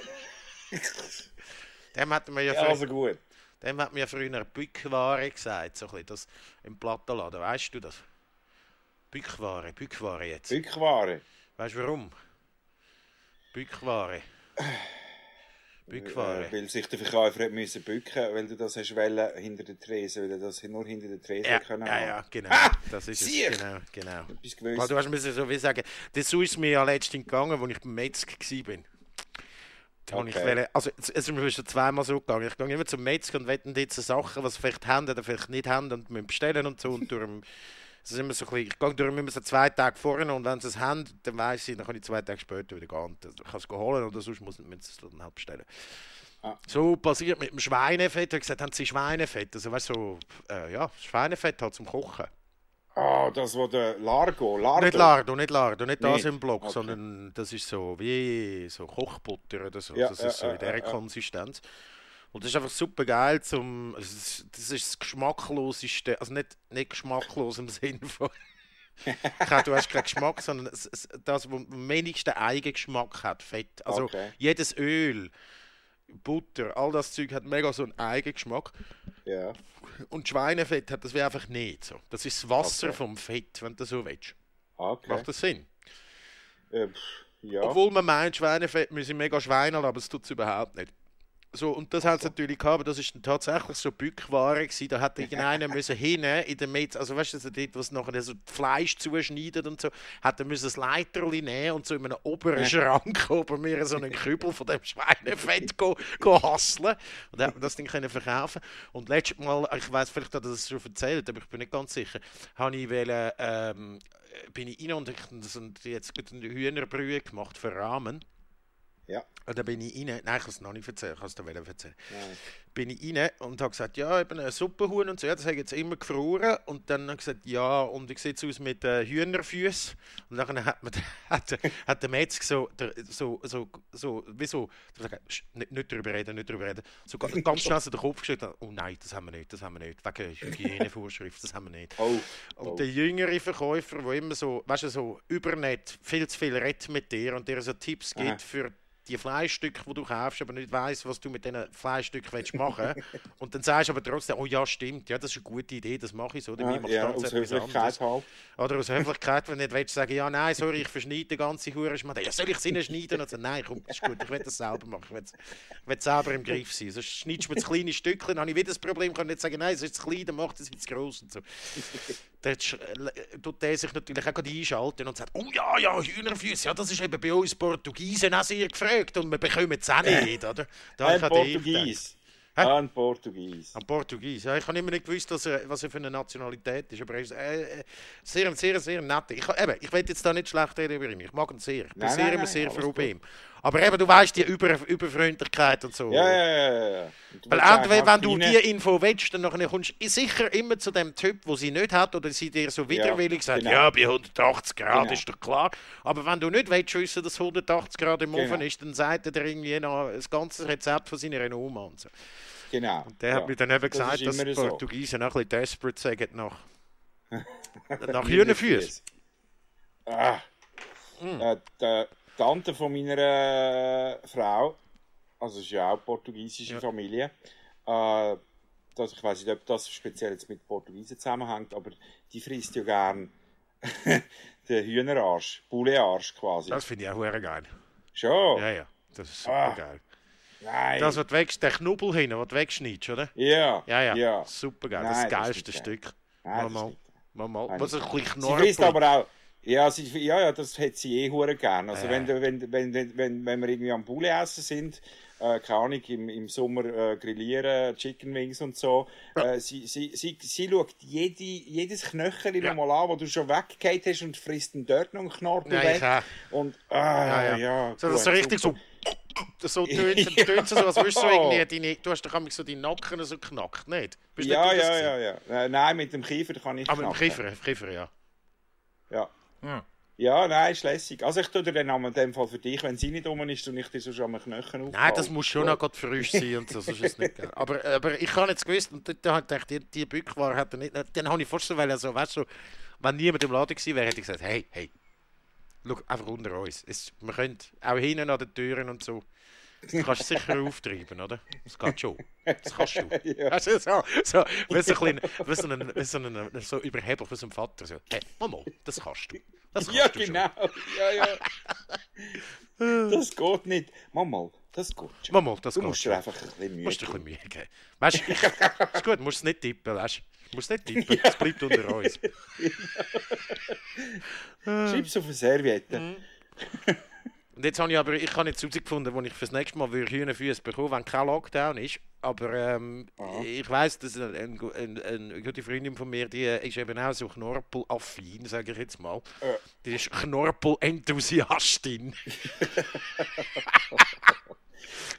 Dem hat man ja, Ja, frü- also gut. dem hat man ja früher Bückware gesagt, so ein bisschen, das im Plattenladen. Weißt du das? Bückware, Bückware jetzt. Bückware. Weißt du warum? Bückware. Bückware. Äh, weil sich der Verkäufer hat müssen bücken, weil du das hast wollen, hinter der Tresen, weil er das nur hinter der Tresen Ja, können ja, haben. ja, genau. Ah, Das ist es. sieh! Genau, genau. Etwas gewusst. Weil du hast mir so wie sagen, das so ist mir ja letztens gegangen, als ich beim Metzger war. Da habe ich Okay. wollen, also es es ist mir schon zweimal so gegangen. Ich gehe immer zum Metzger und wetten jetzt Sachen, was sie vielleicht haben oder vielleicht nicht haben und müssen bestellen und so. Und durch, es ist immer so ein bisschen, ich gehe durch immer so zwei Tage vorne und wenn sie es haben, dann weiss ich, dann kann ich zwei Tage später wieder gehen. Und ich kann es holen oder sonst muss man es dann halt bestellen. Ah. So passiert mit dem Schweinefett. Er hat gesagt, haben sie Schweinefett? Also weißt du, so, äh, ja, Schweinefett halt zum Kochen. Ah, das wo der Largo, Lardo. Nicht Lardo, nicht Lardo, nicht das Nicht? im Block, Okay. sondern das ist so wie so Kochbutter oder so. Ja, das ja, ist so ja, in dieser ja, ja. Konsistenz. Und das ist einfach super geil zum. Das ist das, ist das geschmackloseste, also nicht, nicht geschmacklos im Sinne von. Du hast keinen Geschmack, sondern es, es, das, was am wenigsten Eigengeschmack hat, Fett. Also Okay. jedes Öl, Butter, all das Zeug hat mega so einen Eigengeschmack. Ja. Und Schweinefett hat das wie einfach nicht so. Das ist das Wasser Okay. vom Fett, wenn du so willst. Okay. Macht das Sinn? Äh, pff, ja. Obwohl man meint, Schweinefett müsse mega schweineln, aber es tut es überhaupt nicht. So, und das hat es natürlich gehabt, aber das ist dann tatsächlich so Bückware gewesen. Da hat irgendeiner müssen hin in der Metz, also weißt du, also dort, was nachher so das Fleisch zuschneidet und so, hat er müssen das Leiterli nehmen und so in einem oberen Schrank oben mir so einen Kübel von dem Schweinefett go, go hasseln. Und dann hat man das Ding können verkaufen. Und letztes Mal, ich weiß, vielleicht hat er das schon erzählt, aber ich bin nicht ganz sicher, habe ich wollen, ähm, bin ich rein und ich habe jetzt eine Hühnerbrühe gemacht für Ramen. Ja. Und dann bin ich rein, nein, ich kann es noch nicht erzählen, ich kann es dir erzählen. Nein. Bin ich rein und habe gesagt, ja, eben ein Suppenhuhn und so, ja, das habe ich jetzt immer gefroren. Und dann habe ich gesagt, ja, und wie sieht es aus mit äh, Hühnerfüßen? Und dann hat, man, hat, hat der Metzger so, der, so, so, so, wie so, nicht, nicht drüber reden, nicht drüber reden, so ganz, ganz schnell so den Kopf geschüttelt, oh nein, das haben wir nicht, das haben wir nicht, wegen Hygienevorschrift, das haben wir nicht. Oh. Und Oh. der jüngere Verkäufer, der immer so, weißt du, so übernett viel zu viel redet mit dir und dir so Tipps gibt Aha. für die Fleischstücke, die du kaufst, aber nicht weiss, was du mit diesen Fleischstücken willst machen willst. Und dann sagst du aber trotzdem, oh ja, stimmt, ja, das ist eine gute Idee, das mache ich so. Dabei Ah, machst du ja, ganz aus etwas Höflichkeit anderes. halt. Oder aus Höflichkeit, wenn du nicht willst, sagen, ja, nein, sorry, ich verschneide den ganzen Huren. Ja, soll ich es ihnen schneiden? Und so, nein, komm, das ist gut, ich will das selber machen. Ich will, ich will selber im Griff sein. Sonst schneidest du mir das kleine Stückchen, dann habe ich wieder das Problem, kann nicht sagen, nein, es ist zu klein, dann macht es jetzt zu gross und so. Dann tut der sich natürlich auch gerade einschalten und sagt, oh ja, ja, Hühnerfüße, ja, das ist eben bei uns Portugiesen auch sehr gefragt und wir bekommen es auch nicht, oder? Da Ein ich an dich Portugies. Hä? Ein Portugies. Ein Portugies. Ja, ich habe immer nicht gewusst, was er, was er für eine Nationalität ist. Aber er ist äh, sehr, sehr, sehr nett. Ich, eben, ich will jetzt da nicht schlecht reden über ihn. Ich mag ihn sehr. Ich bin Nein, sehr, nein, immer nein, sehr alles froh bei gut. ihm. Aber eben, du weißt, die Über Überfreundlichkeit und so. Ja, ja, ja, ja, ja. Und du Weil willst entweder, einfach wenn du rein- diese Info willst, dann nachher kommst du sicher immer zu dem Typ, der sie nicht hat, oder sie dir so widerwillig sagt, genau. ja, bei hundertachtzig Grad Genau. ist doch klar. Aber wenn du nicht willst wissen, dass hundertachtzig Grad im Genau. Ofen ist, dann sagt er dir irgendwie noch das ganze Rezept von seiner Oma und so. Genau. Der ja. hat mir dann eben Das gesagt, ist dass die immer so. Portugiesen auch ein bisschen desperate sagen nach, nach Hühnerfüßen. Ah. Hm. Äh, die Tante von meiner äh, Frau, also es ist ja auch portugiesische Ja. Familie, äh, das, ich weiß nicht, ob das speziell jetzt mit Portugiesen zusammenhängt, aber die frisst ja gern den Hühnerarsch, Pouletarsch quasi. Das finde ich auch verdammt geil. Schon? Ja, ja, das ist super Ah. geil. Nein. Das, was du weg, der Knubbel hin, was du wegschneidest, oder? ja. Ja, ja, ja. super geil. Nein, das ist das das ist geilste nicht geil. Stück. Nein, Mal, das ist mal, nicht mal, mal. Nein, Was das ein ist bisschen Sie frisst knorpelig. aber auch. Ja, sie, ja, ja, das hat sie eh hure gern. Also Ja. wenn, wenn, wenn, wenn, wenn, wenn wir irgendwie am Poulet essen sind, äh, keine Ahnung, im, im Sommer äh, grillieren, Chicken Wings und so, Ja. äh, sie, sie, sie, sie schaut jede, jedes Knöchel Ja. nochmal an, wo du schon weggehauen hast und frisst dann dort noch einen Knorpel Ja, ich weg. auch. Und, ah, Ja, ja, ja. So, gut, das so richtig super. so. Das so tönt Ja. tönt so, als würdest du so irgendwie deine, du hast doch manchmal so deinen Nacken so knackt, nicht? Bist Ja, nicht du das ja, gewesen? ja, ja. Äh, nein, mit dem Kiefer kann ich Aber im knacken. Kiefer, Kiefer, ja. Ja. Hm. Ja, nein, ist lässig. Also ich tue dir den Namen in dem Fall für dich, wenn sie nicht rum ist, und ich dir so schon am Knöchel auf. Nein, das muss schon noch gerade frisch sein und so, sonst ist es nicht geil. Aber, aber ich habe jetzt gewusst, und da habe ich gedacht, die, die Bückware hat er nicht, dann habe ich fast so, weil er so, weißt du, wenn niemand im Laden gewesen wäre, hätte ich gesagt, hey, hey, schau, einfach unter uns. Es, wir können auch hinten an den Türen und so, das kannst du sicher auftreiben, oder? Das geht schon. Das kannst du. Ja. Also so, so, wie so ein bisschen, wie so ein, wie so ein, so überheblich, wie so ein Vater, so, hey, Mama, das kannst du. Das kannst Ja, du schon. genau. Ja, ja. Das geht nicht. Mama, das geht schon. Mama, das Du geht musst schon. dir einfach ein bisschen Mühe Musst du ein geben. bisschen Mühe geben. Weißt du, ich- ist gut, musst es nicht tippen, weißt du? Musst nicht tippen, es bleibt unter uns. Schreib es auf eine Serviette. Mhm. Und jetzt habe ich aber, ich habe jetzt herausgefunden, wo ich fürs nächste Mal würde Hühnerfüße bekommen, wenn kein Lockdown ist. Aber ähm, Aha. ich weiss, dass eine, eine, eine, eine gute Freundin von mir, die ist eben auch so Knorpel-affin, sage ich jetzt mal. Ja. Die ist Knorpel-Enthusiastin. Und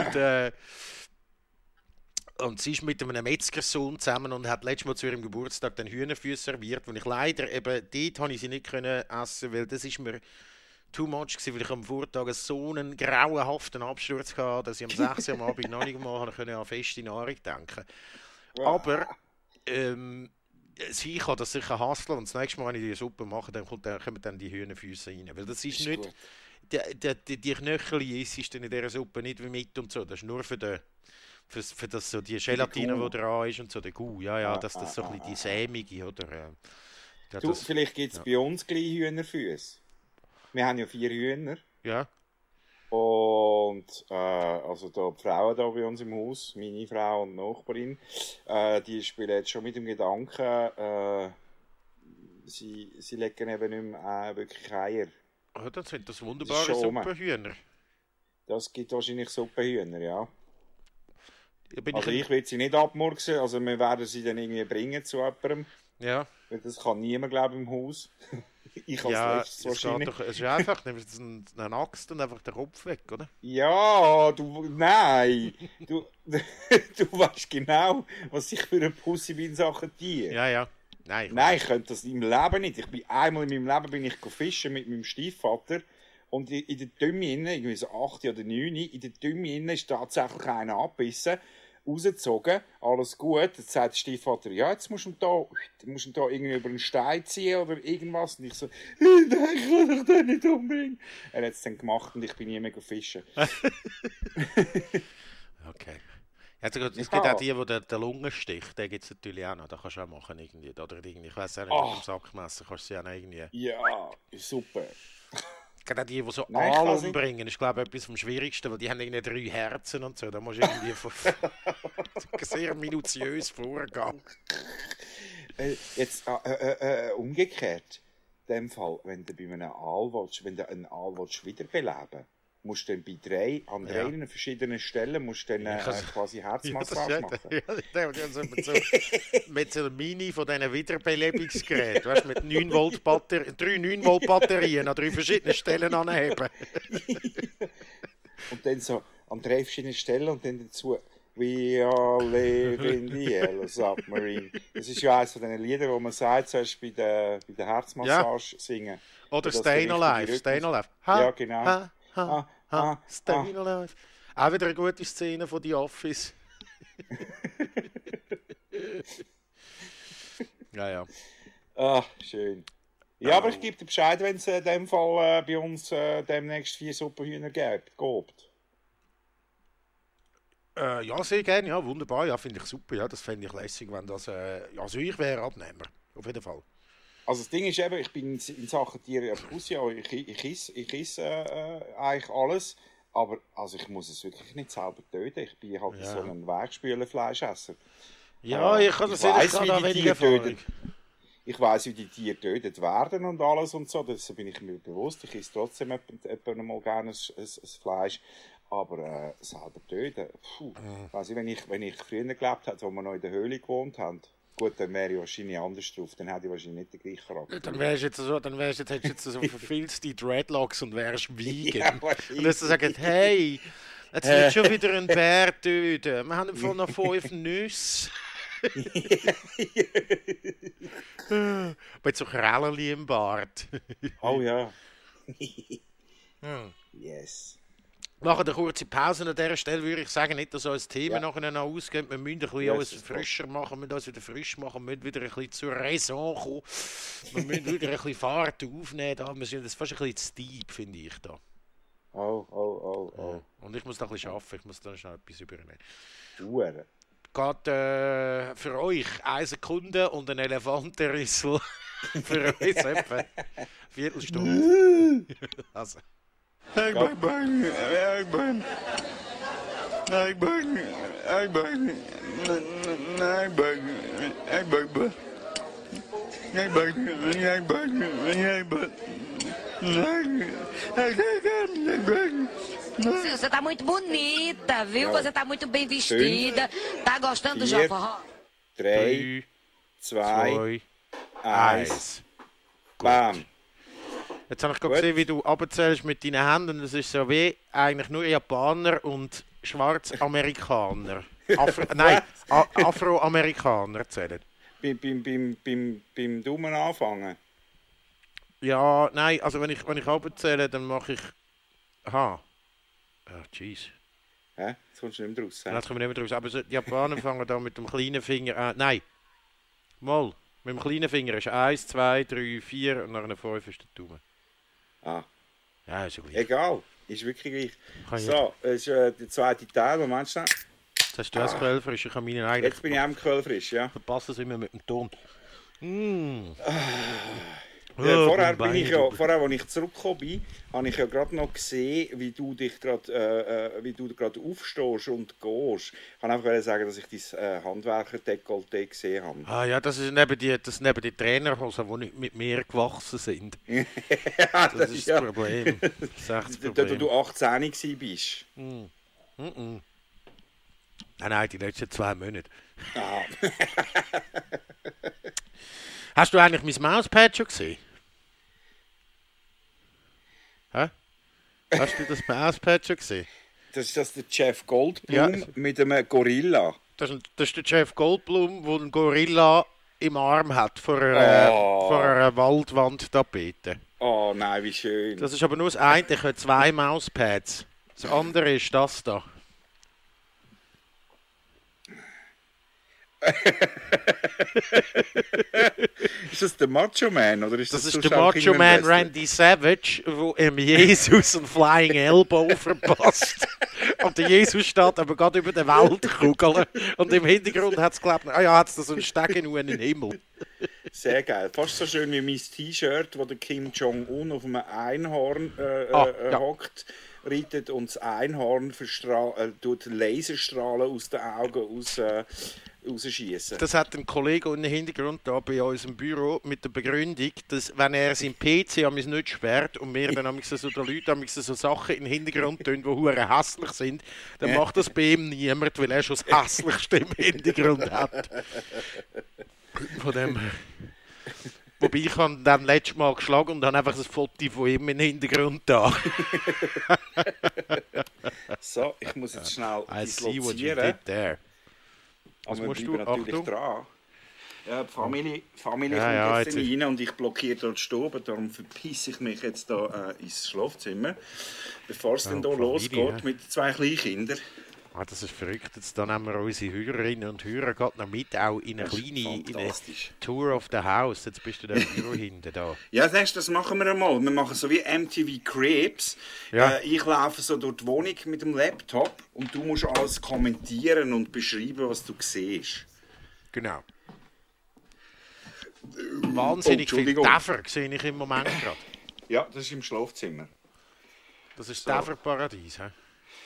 Und, äh, und sie ist mit einem Metzgersohn zusammen und hat letztes Mal zu ihrem Geburtstag den Hühnerfüße serviert, wo ich leider eben, dort habe ich sie nicht können essen, weil das ist mir too much gewesen, weil ich am Vortag so einen grauenhaften Absturz hatte, dass ich am sechs Uhr am Abend noch nicht mal an feste Nahrung denken. Aber ähm, sie kann das sicher hasseln und das nächste Mal, wenn ich die Suppe mache, dann, kommt, dann kommen dann die Hühnerfüße rein. Weil das ist, ist nicht, die, die, die, die Knöchel ist dann in dieser Suppe nicht wie mit und so, das ist nur für, den, für, für das, so die Gelatine, die dran ist und so, der Gau, ja, ja, dass das so ein bisschen die sämige, oder? Ja, du, das, vielleicht gibt es ja. bei uns gleich Hühnerfüße. Wir haben ja vier Hühner. Ja. Und äh, also da die Frauen da bei uns im Haus, meine Frau und die Nachbarin, äh, die spielen jetzt schon mit dem Gedanken, äh, sie, sie legen eben nicht mehr äh, wirklich Eier. Oh, das sind das wunderbare Suppenhühner. Das gibt wahrscheinlich Suppenhühner, ja. ja bin also ich, ich will sie nicht abmurksen, also wir werden sie dann irgendwie bringen zu jemandem. Ja. Weil das kann niemand, glaube ich, im Haus. Ich als ja, letztes wahrscheinlich. Doch, es ist einfach, nimmst du eine Axt und einfach den Kopf weg, oder? Ja, du, nein, du, du weißt genau, was ich für eine Pussy bin in Sachen Tier. Ja, ja. Nein, ich, nein, ich könnte das im Leben nicht. Ich bin einmal in meinem Leben bin ich fischen mit meinem Stiefvater und in der Dümme innen, irgendwie so acht oder neun, in der Dümme innen ist tatsächlich einer abgebissen. Rausgezogen, alles gut. Jetzt sagt der Stiefvater, ja, jetzt musst du da, musst du da irgendwie über einen Stein ziehen oder irgendwas. Und ich so, nein, ich kann dich da nicht umbringen. Er hat es dann gemacht und ich bin nie mehr fischen. Okay. Also, es gibt ja. auch die, die der, der Lunge sticht, den gibt es natürlich auch noch. Das kannst du auch machen irgendwie. Oder irgendwie, ich weiss auch nicht, oh. mit dem Sackmesser kannst du sie auch noch irgendwie... Ja, super. Gerade die, die so Aal umbringen, ist, glaube ich, etwas vom Schwierigsten, weil die haben irgendwie drei Herzen und so. Da musst du irgendwie von, sehr minutiös vorgehen. Äh, jetzt äh, äh, äh, umgekehrt, in dem Fall, wenn du bei einem Aal willst, wenn du einen Aal willst, wiederbeleben musst du dann bei drei, an drei ja. verschiedenen Stellen musst du dann äh, quasi Herzmassage ja, machen. Ja, ja, so, mit, so, mit so einer Mini von diesen Wiederbelebungsgeräten, weißt, mit neun Volt Batterien, drei neun Volt Batterien an drei verschiedenen Stellen anheben. Und dann so an drei verschiedenen Stellen und dann dazu We all live in the yellow submarine. Das ist ja eines von diesen Liedern, wo man sagt, zuerst bei der, bei der Herzmassage ja. singen. Oder Stayin' Alive, Stayin' Alive. Ha, ja, genau. Ha, ha, ha, ha, Stayin' ah. Alive. Auch wieder eine gute Szene von The Office. ja, ja. Ah, schön. Ja, oh. aber ich gebe dir Bescheid, wenn es in dem Fall äh, bei uns äh, demnächst vier Suppenhühner gibt. Äh, ja, sehr gerne, ja, wunderbar, ja, finde ich super, ja, das fände ich lässig, wenn das, äh, also ich wäre Abnehmer, auf jeden Fall. Also das Ding ist eben, ich bin in Sachen Tiere ein Pussy, ich, ich esse ich iss, äh, eigentlich alles, aber also ich muss es wirklich nicht selber töten, ich bin halt ja. so ein Weichspüler-Fleischesser. Ja, äh, ich kann das sehen, ich kann da weniger Erfahrung. Ich weiss, wie die Tiere getötet werden und alles und so, das bin ich mir bewusst, ich esse trotzdem etwa mal gerne ein, ein, ein Fleisch. Aber äh, selber töten, puh. Mhm. Also, wenn ich, wenn ich früher gelebt hätte, wo wir noch in der Höhle gewohnt haben, gut, dann wäre ich wahrscheinlich anders drauf, dann hätte ich wahrscheinlich nicht den gleichen Charakter. Dann wärst jetzt so, dann wärst jetzt, hättest du jetzt so verfilzte Dreadlocks und wärst vegan. Ja, und dann sagen, hey, jetzt äh. wird schon wieder ein Bär töten, wir haben von noch fünf Nüsse. Mit so Krällerli im Bart. Oh ja. hm. Yes. Wir machen eine kurze Pause an dieser Stelle, würde ich sagen, nicht, dass unser Thema ja. nachher noch ausgeht. Wir müssen ein bisschen alles frischer machen, wir müssen uns wieder frisch machen, wir müssen wieder ein bisschen zur Raison kommen. Wir müssen wieder ein bisschen Fahrt aufnehmen. Da. Wir sind das fast ein bisschen zu deep, finde ich. Da. Oh, oh, oh, oh. Ja. Und ich muss da ein bisschen arbeiten, ich muss da schnell etwas übernehmen. Uhren. Geht äh, für euch eine Sekunde und ein Elefantenrüssel für uns etwa eine Viertelstunde. also. Ik ben bang, ik ben, ik ben, ik ben, ik ben, ik ben, ik ben, ik ben, ik ben, Você tá muito bonita, viu? Você tá muito bem vestida. Tá gostando do Joffa? Drei, zwei, eins. Bam. Jetzt habe ich gerade gesehen, wie du runterzählst mit deinen Händen. Das ist so wie eigentlich nur Japaner und Schwarzamerikaner, Afro, nein, A- Afroamerikaner zählen? Beim, beim, beim, beim, beim Daumen anfangen? Ja, nein, also wenn ich, wenn ich runterzähle, dann mache ich... Aha. Ah, jeez. Hä? Jetzt kommst du nicht mehr raus. Jetzt kommen wir nicht mehr raus. Aber so, die Japaner fangen da mit dem kleinen Finger an. Nein. Mal. Mit dem kleinen Finger ist eins, zwei, drei, vier und nach einer fünf ist der Daumen. Ah. Ja, ist ja gleich. Egal. Ist wirklich gleich. Kann So, das ist äh, der zweite Teil. Moment schnell. Jetzt hast du das Quellfrisch, ich kann meinen eigentlich... Jetzt bin ich auch im Quellfrisch, ja. Verpasse es immer mit dem Ton. Mm. Ja, Oh, vorher, bin bin ich ja, super. vorher, als ich zurückgekommen bin, habe ich ja gerade noch gesehen, wie du dich gerade, äh, wie du gerade aufstehst und gehst. Ich kann einfach sagen, dass ich dein äh, Handwerker-Dekolleté gesehen habe. Ah ja, das ist neben die, das sind neben die Trainerhosen, die nicht mit mir gewachsen sind. ja, Das, das ist ja. das Problem. Das ist echt das Da Problem. du achtzehn warst. Mm. Mm-mm. Nein, nein, die letzten zwei Monate. Ah. Hast du eigentlich mein Mauspad schon gesehen? Hä? Hast du das Mauspad schon gesehen? Das ist das der Jeff Goldblum Ja. mit einem Gorilla. Das ist, das ist der Jeff Goldblum, der einen Gorilla im Arm hat vor einer, Oh. vor einer Waldwandtapete. Oh nein, wie schön. Das ist aber nur das eine, ich habe zwei Mauspads. Das andere ist das da. Ist das der Macho Man? Oder ist das Das ist sonst der auch Macho irgendein Man Wrestler? Randy Savage, der ihm Jesus einen Flying Elbow verpasst. Und der Jesus steht aber gerade über der Weltkugel. Und im Hintergrund hat es geglaubt, ah ja, hat es da so einen Stegen in den Himmel. Sehr geil. Fast so schön wie mein T-Shirt, wo der Kim Jong-un auf einem Einhorn äh, Ah, äh, ja. hockt, reitet und das Einhorn verstra- äh, tut Laserstrahlen aus den Augen raus, äh, rausschießen. Das hat ein Kollege im Hintergrund da bei uns im Büro mit der Begründung, dass wenn er sein P C am nicht sperrt und wir dann am so den Leuten am so Sachen in den Hintergrund tun, die hure hässlich sind, dann macht das bei ihm niemand, weil er schon das Hässlichste im Hintergrund hat. Von dem her. Wobei ich habe dann letztes Mal geschlagen und habe einfach ein Foto von ihm im Hintergrund da. So, ich muss jetzt schnell I see what you dislozieren. did there. Was Aber wir musst bleiben du? natürlich Achtung. dran. Ja, die Familie, die Familie Ja, kommt ja, jetzt, jetzt dann ist- rein und ich blockiere dort die Stube, darum verpisse ich mich jetzt da äh, ins Schlafzimmer. Bevor es dann Ja, hier Familie, losgeht ja. mit zwei Kleinkindern. Ah, das ist verrückt. Jetzt dann nehmen wir unsere Hörerinnen und Hörer gerade noch mit, auch in eine Das ist kleine in eine fantastisch. Tour of the House. Jetzt bist du da im Büro hinten da. Ja, sagst du, das machen wir einmal. Wir machen so wie M T V Cribs. Ja. Äh, ich laufe so durch die Wohnung mit dem Laptop und du musst alles kommentieren und beschreiben, was du siehst. Genau. Oh, Wahnsinnig viel Entschuldigung. Däfer sehe ich im Moment gerade. Ja, das ist im Schlafzimmer. Das ist So. das Däferparadies. He?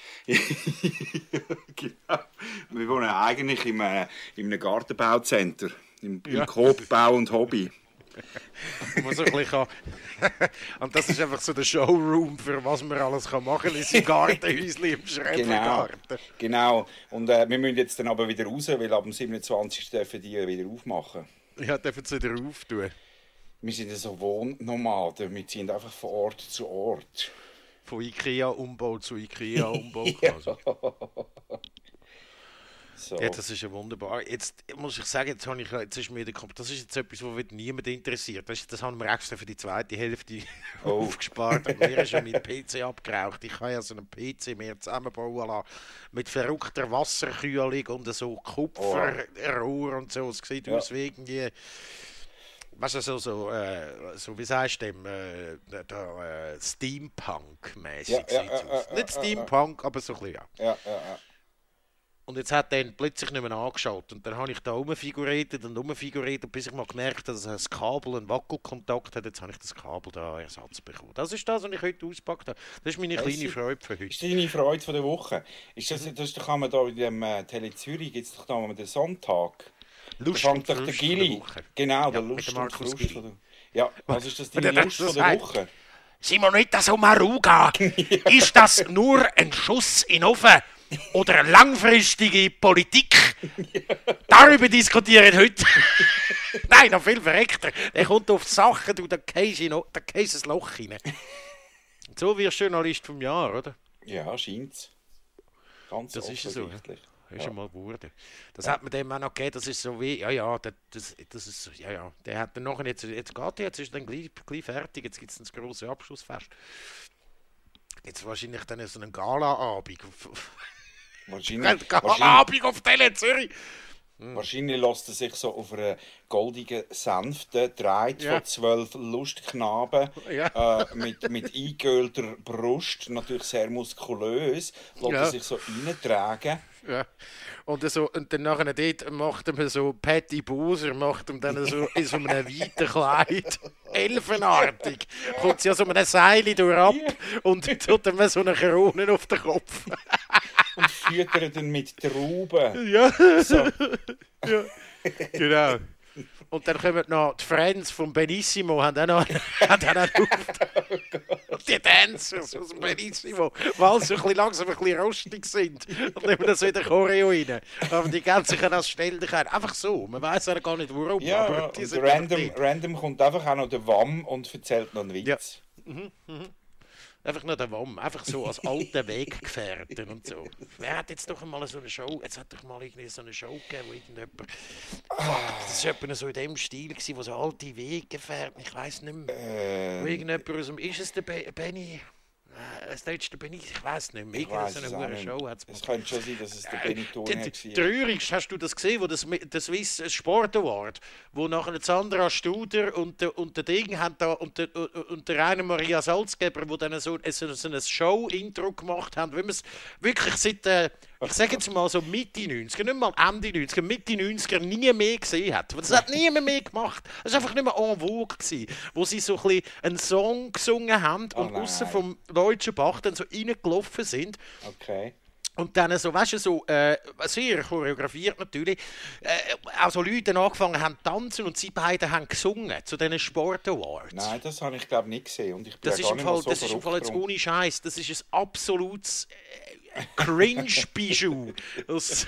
Genau. Wir wohnen eigentlich im, äh, in einem Gartenbauzentrum. Im, im Ja. Coop-Bau und Hobby. Wo man so ein bisschen kann. Und das ist einfach so der Showroom, für was man alles kann machen kann in seinem Gartenhäuschen im Genau. Schrebergarten. Genau. Und äh, wir müssen jetzt dann aber wieder raus, weil ab dem siebenundzwanzigsten dürfen die wieder aufmachen. Ja, dürfen sie wieder auftun. Wir sind ja so Wohnnomaden. Wir ziehen einfach von Ort zu Ort. Von Ikea-Umbau zu Ikea-Umbau. Ja. quasi. So. Ja, das ist ja wunderbar. Jetzt muss ich sagen, jetzt, habe ich, jetzt ist mir der Kopf, das ist jetzt etwas, was wird niemand interessiert. Das, ist, das haben wir extra für die zweite Hälfte Oh. aufgespart. Und mir ist ja mein P C abgeraucht. Ich habe ja so einen P C mehr zusammenbauen lassen. Mit verrückter Wasserkühlung und so Kupferrohr und so. Es sieht Ja. aus wie irgendwie... Weißt du, so, so, äh, so wie sagst du dem, äh, der, der, äh, Steampunk-mäßig. Ja, ja, sieht's ja, aus. ja, Nicht ja, ja. Steampunk, aber so ein bisschen, ja. Ja, ja, ja. Und jetzt hat er ihn plötzlich nicht mehr angeschaut. Und dann habe ich da rumfiguriert und rumfiguriert, bis ich mal gemerkt habe, dass das Kabel einen Wackelkontakt hat. Jetzt habe ich das Kabel da Ersatz bekommen. Das ist das, was ich heute ausgepackt habe. Das ist meine Das kleine ist- Freude für heute. Ist deine Freude von der Woche? Ist das, das kann man da in dem äh, Tele Zürich gibt's doch da mal den Sonntag. Da Lust fängt und doch der Frust von Gili. der Woche. Genau, der Ja, mit Lust dem und Markus Frust Gili. von der... Ja, was ist das Und deine der Lust das von der sagt. Woche? Simonetta Sommaruga, ist das nur ein Schuss in den Ofen oder langfristige Politik? Darüber diskutieren heute. Nein, noch viel verreckter. Der kommt auf die Sachen, du, da gehst du ein Loch rein. So wirst du Journalist vom Jahr, oder? Ja, scheint's. Ganz das ist so. Ja. Das ist ja. mal geworden. Das Ja. hat man dem auch noch gegeben, das ist so wie, ja, ja, das, das, das ist so, ja, ja, der hat dann nachher, jetzt, jetzt geht er, jetzt ist dann gleich, gleich fertig, jetzt gibt es ein grosses Abschlussfest. Jetzt wahrscheinlich dann so einen Gala-Abend. Wahrscheinlich, Gala-Abend auf Tele Zürich. Hm. Wahrscheinlich lässt er sich so auf einer goldigen Sänfte, dreht Ja. von zwölf Lustknaben Ja. äh, mit, mit eingeölter Brust, natürlich sehr muskulös, lässt Ja. er sich so reintragen. Ja. Und, so, und dann nachher dort macht er mir so Patty Bowser, macht ihm dann so in so einem weiten Kleid, elfenartig, kommt sie ja so einem Seil durch ab und tut ihm so eine Krone auf den Kopf. Und füttert ihn mit Trauben. Ja, So. ja. Genau. Und dann kommen noch die Friends von Benissimo, haben auch noch, haben auch noch und die Dancers aus dem Benissimo, weil sie so ein bisschen langsam ein bisschen rostig sind. Und nehmen das so in den Choreo rein. Aber die ganzen können das stellen können. Einfach so. Man weiß ja gar nicht warum. Ja, aber und die sind random, random kommt einfach auch noch der Wam und erzählt noch einen Witz. Ja. Mhm, mhm. Einfach nur der Wam, einfach so als alter Weggefährten und so. Wer hat jetzt doch einmal so eine Show, jetzt hat doch mal irgendwie so eine Show gegeben, wo irgendjemand, das war etwa so in dem Stil, gewesen, wo so alte Weggefährten, ich weiss nicht mehr, Äh, wo irgendjemand aus dem, ist es der Be Benny, äh, das deutsche Benny, ich weiss nicht mehr, Ich irgendeine weiss so es eine auch hohe nicht. Show hat es Es könnte schon sein, dass es der Benny Turner war. Traurigst, hast du das gesehen, wo das, der Swiss Sport Award, wo nachher Sandra Studer und der, und der Ding haben da, und der, und der Rainer Maria Salzgeber, wo dann so, so, so ein Show-Intro gemacht haben, wie man es wirklich seit, äh, ich sage jetzt mal so Mitte neunziger, nicht mal Ende neunziger, Mitte neunziger nie mehr gesehen hat. Das hat niemand mehr gemacht. Das war einfach nicht mehr en vogue gewesen, wo sie so ein bisschen einen Song gesungen haben Oh und nein. aussen vom Deutschen Bach dann so reingelaufen sind. Okay. Und dann so, weißt du, so, äh, sehr choreografiert natürlich, äh, auch so Leute angefangen haben zu tanzen und sie beide haben gesungen zu diesen Sport Awards. Nein, das habe ich glaube nicht gesehen. Und ich bin Das ja ist gar im nicht Fall, mal so das ist im Fall jetzt verrückt ohne Scheiß, das ist ein absolutes äh, Cringe-Bijou aus,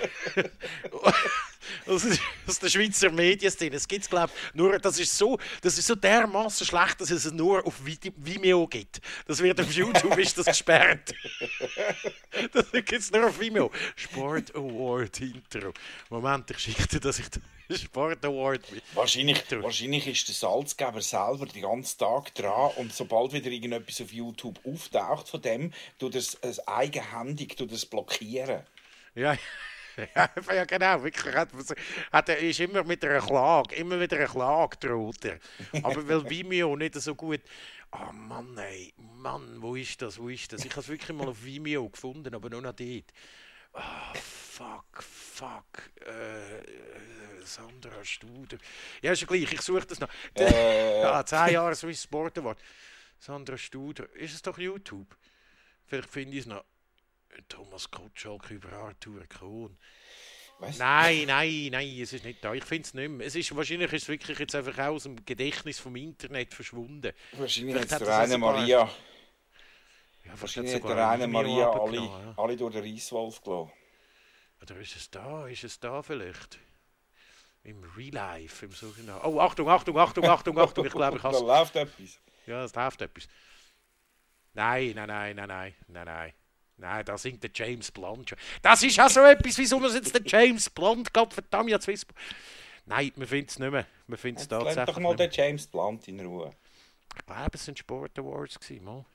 aus, aus der Schweizer Medienszene. Es gibt's, glaube ich, nur, das ist so, das ist so dermaßen schlecht, dass es es nur auf Vimeo gibt. Das wird auf YouTube ist das gesperrt. Das gibt es nur auf Vimeo. Sport Award Intro. Moment, ich schicke dir, dass ich den Sport Award. Wahrscheinlich, wahrscheinlich ist der Salzgeber selber den ganzen Tag dran und sobald wieder irgendetwas auf YouTube auftaucht von dem, tut er es es eigenhändig tut er es blockieren. Ja, ja, ja, genau. Wirklich, hat, hat, er ist immer mit einer Klage, immer wieder eine Klage droht er. Aber weil Vimeo nicht so gut. Ah, oh Mann, ey, Mann, wo ist das, wo ist das? Ich habe es wirklich mal auf Vimeo gefunden, aber nur noch dort. Ah, oh, fuck, fuck. Äh, Sandra Studer. Ja, ist ja gleich, ich suche das noch. Äh. Ja, zehn Jahre Swiss Sport Award. Sandra Studer. Ist es doch YouTube? Vielleicht finde ich es noch. Thomas Gottschalk über Arthur Krohn. Was? Nein, nein, nein, es ist nicht da. Ich finde es nicht mehr. Es ist, wahrscheinlich ist es wirklich jetzt einfach auch aus dem Gedächtnis vom Internet verschwunden. Wahrscheinlich Vielleicht hat hat der das Rainer sogar- Maria, Ja, wahrscheinlich hat sogar der Rainer Vimeo Maria alle, runtergelassen, ja. alle durch den Reisswolf gelassen. Oder ist es da? Ist es da vielleicht? Im Real Life, im sogenannten. Oh, Achtung, Achtung, Achtung, Achtung, Achtung. Ich glaube, ich Da habe läuft etwas. Ja, es läuft etwas. Nein, nein, nein, nein, nein, nein, nein. Nein, da singt der James Blunt schon. Das ist auch so etwas, wieso man jetzt den James Blunt gab, verdammt, ja, Swiss. Nein, man findet es nicht mehr. Man findet es Jetzt lass tatsächlich doch mal nicht den mehr. James Blunt in Ruhe. Ich glaube, es sind Sport Awards gewesen, mal.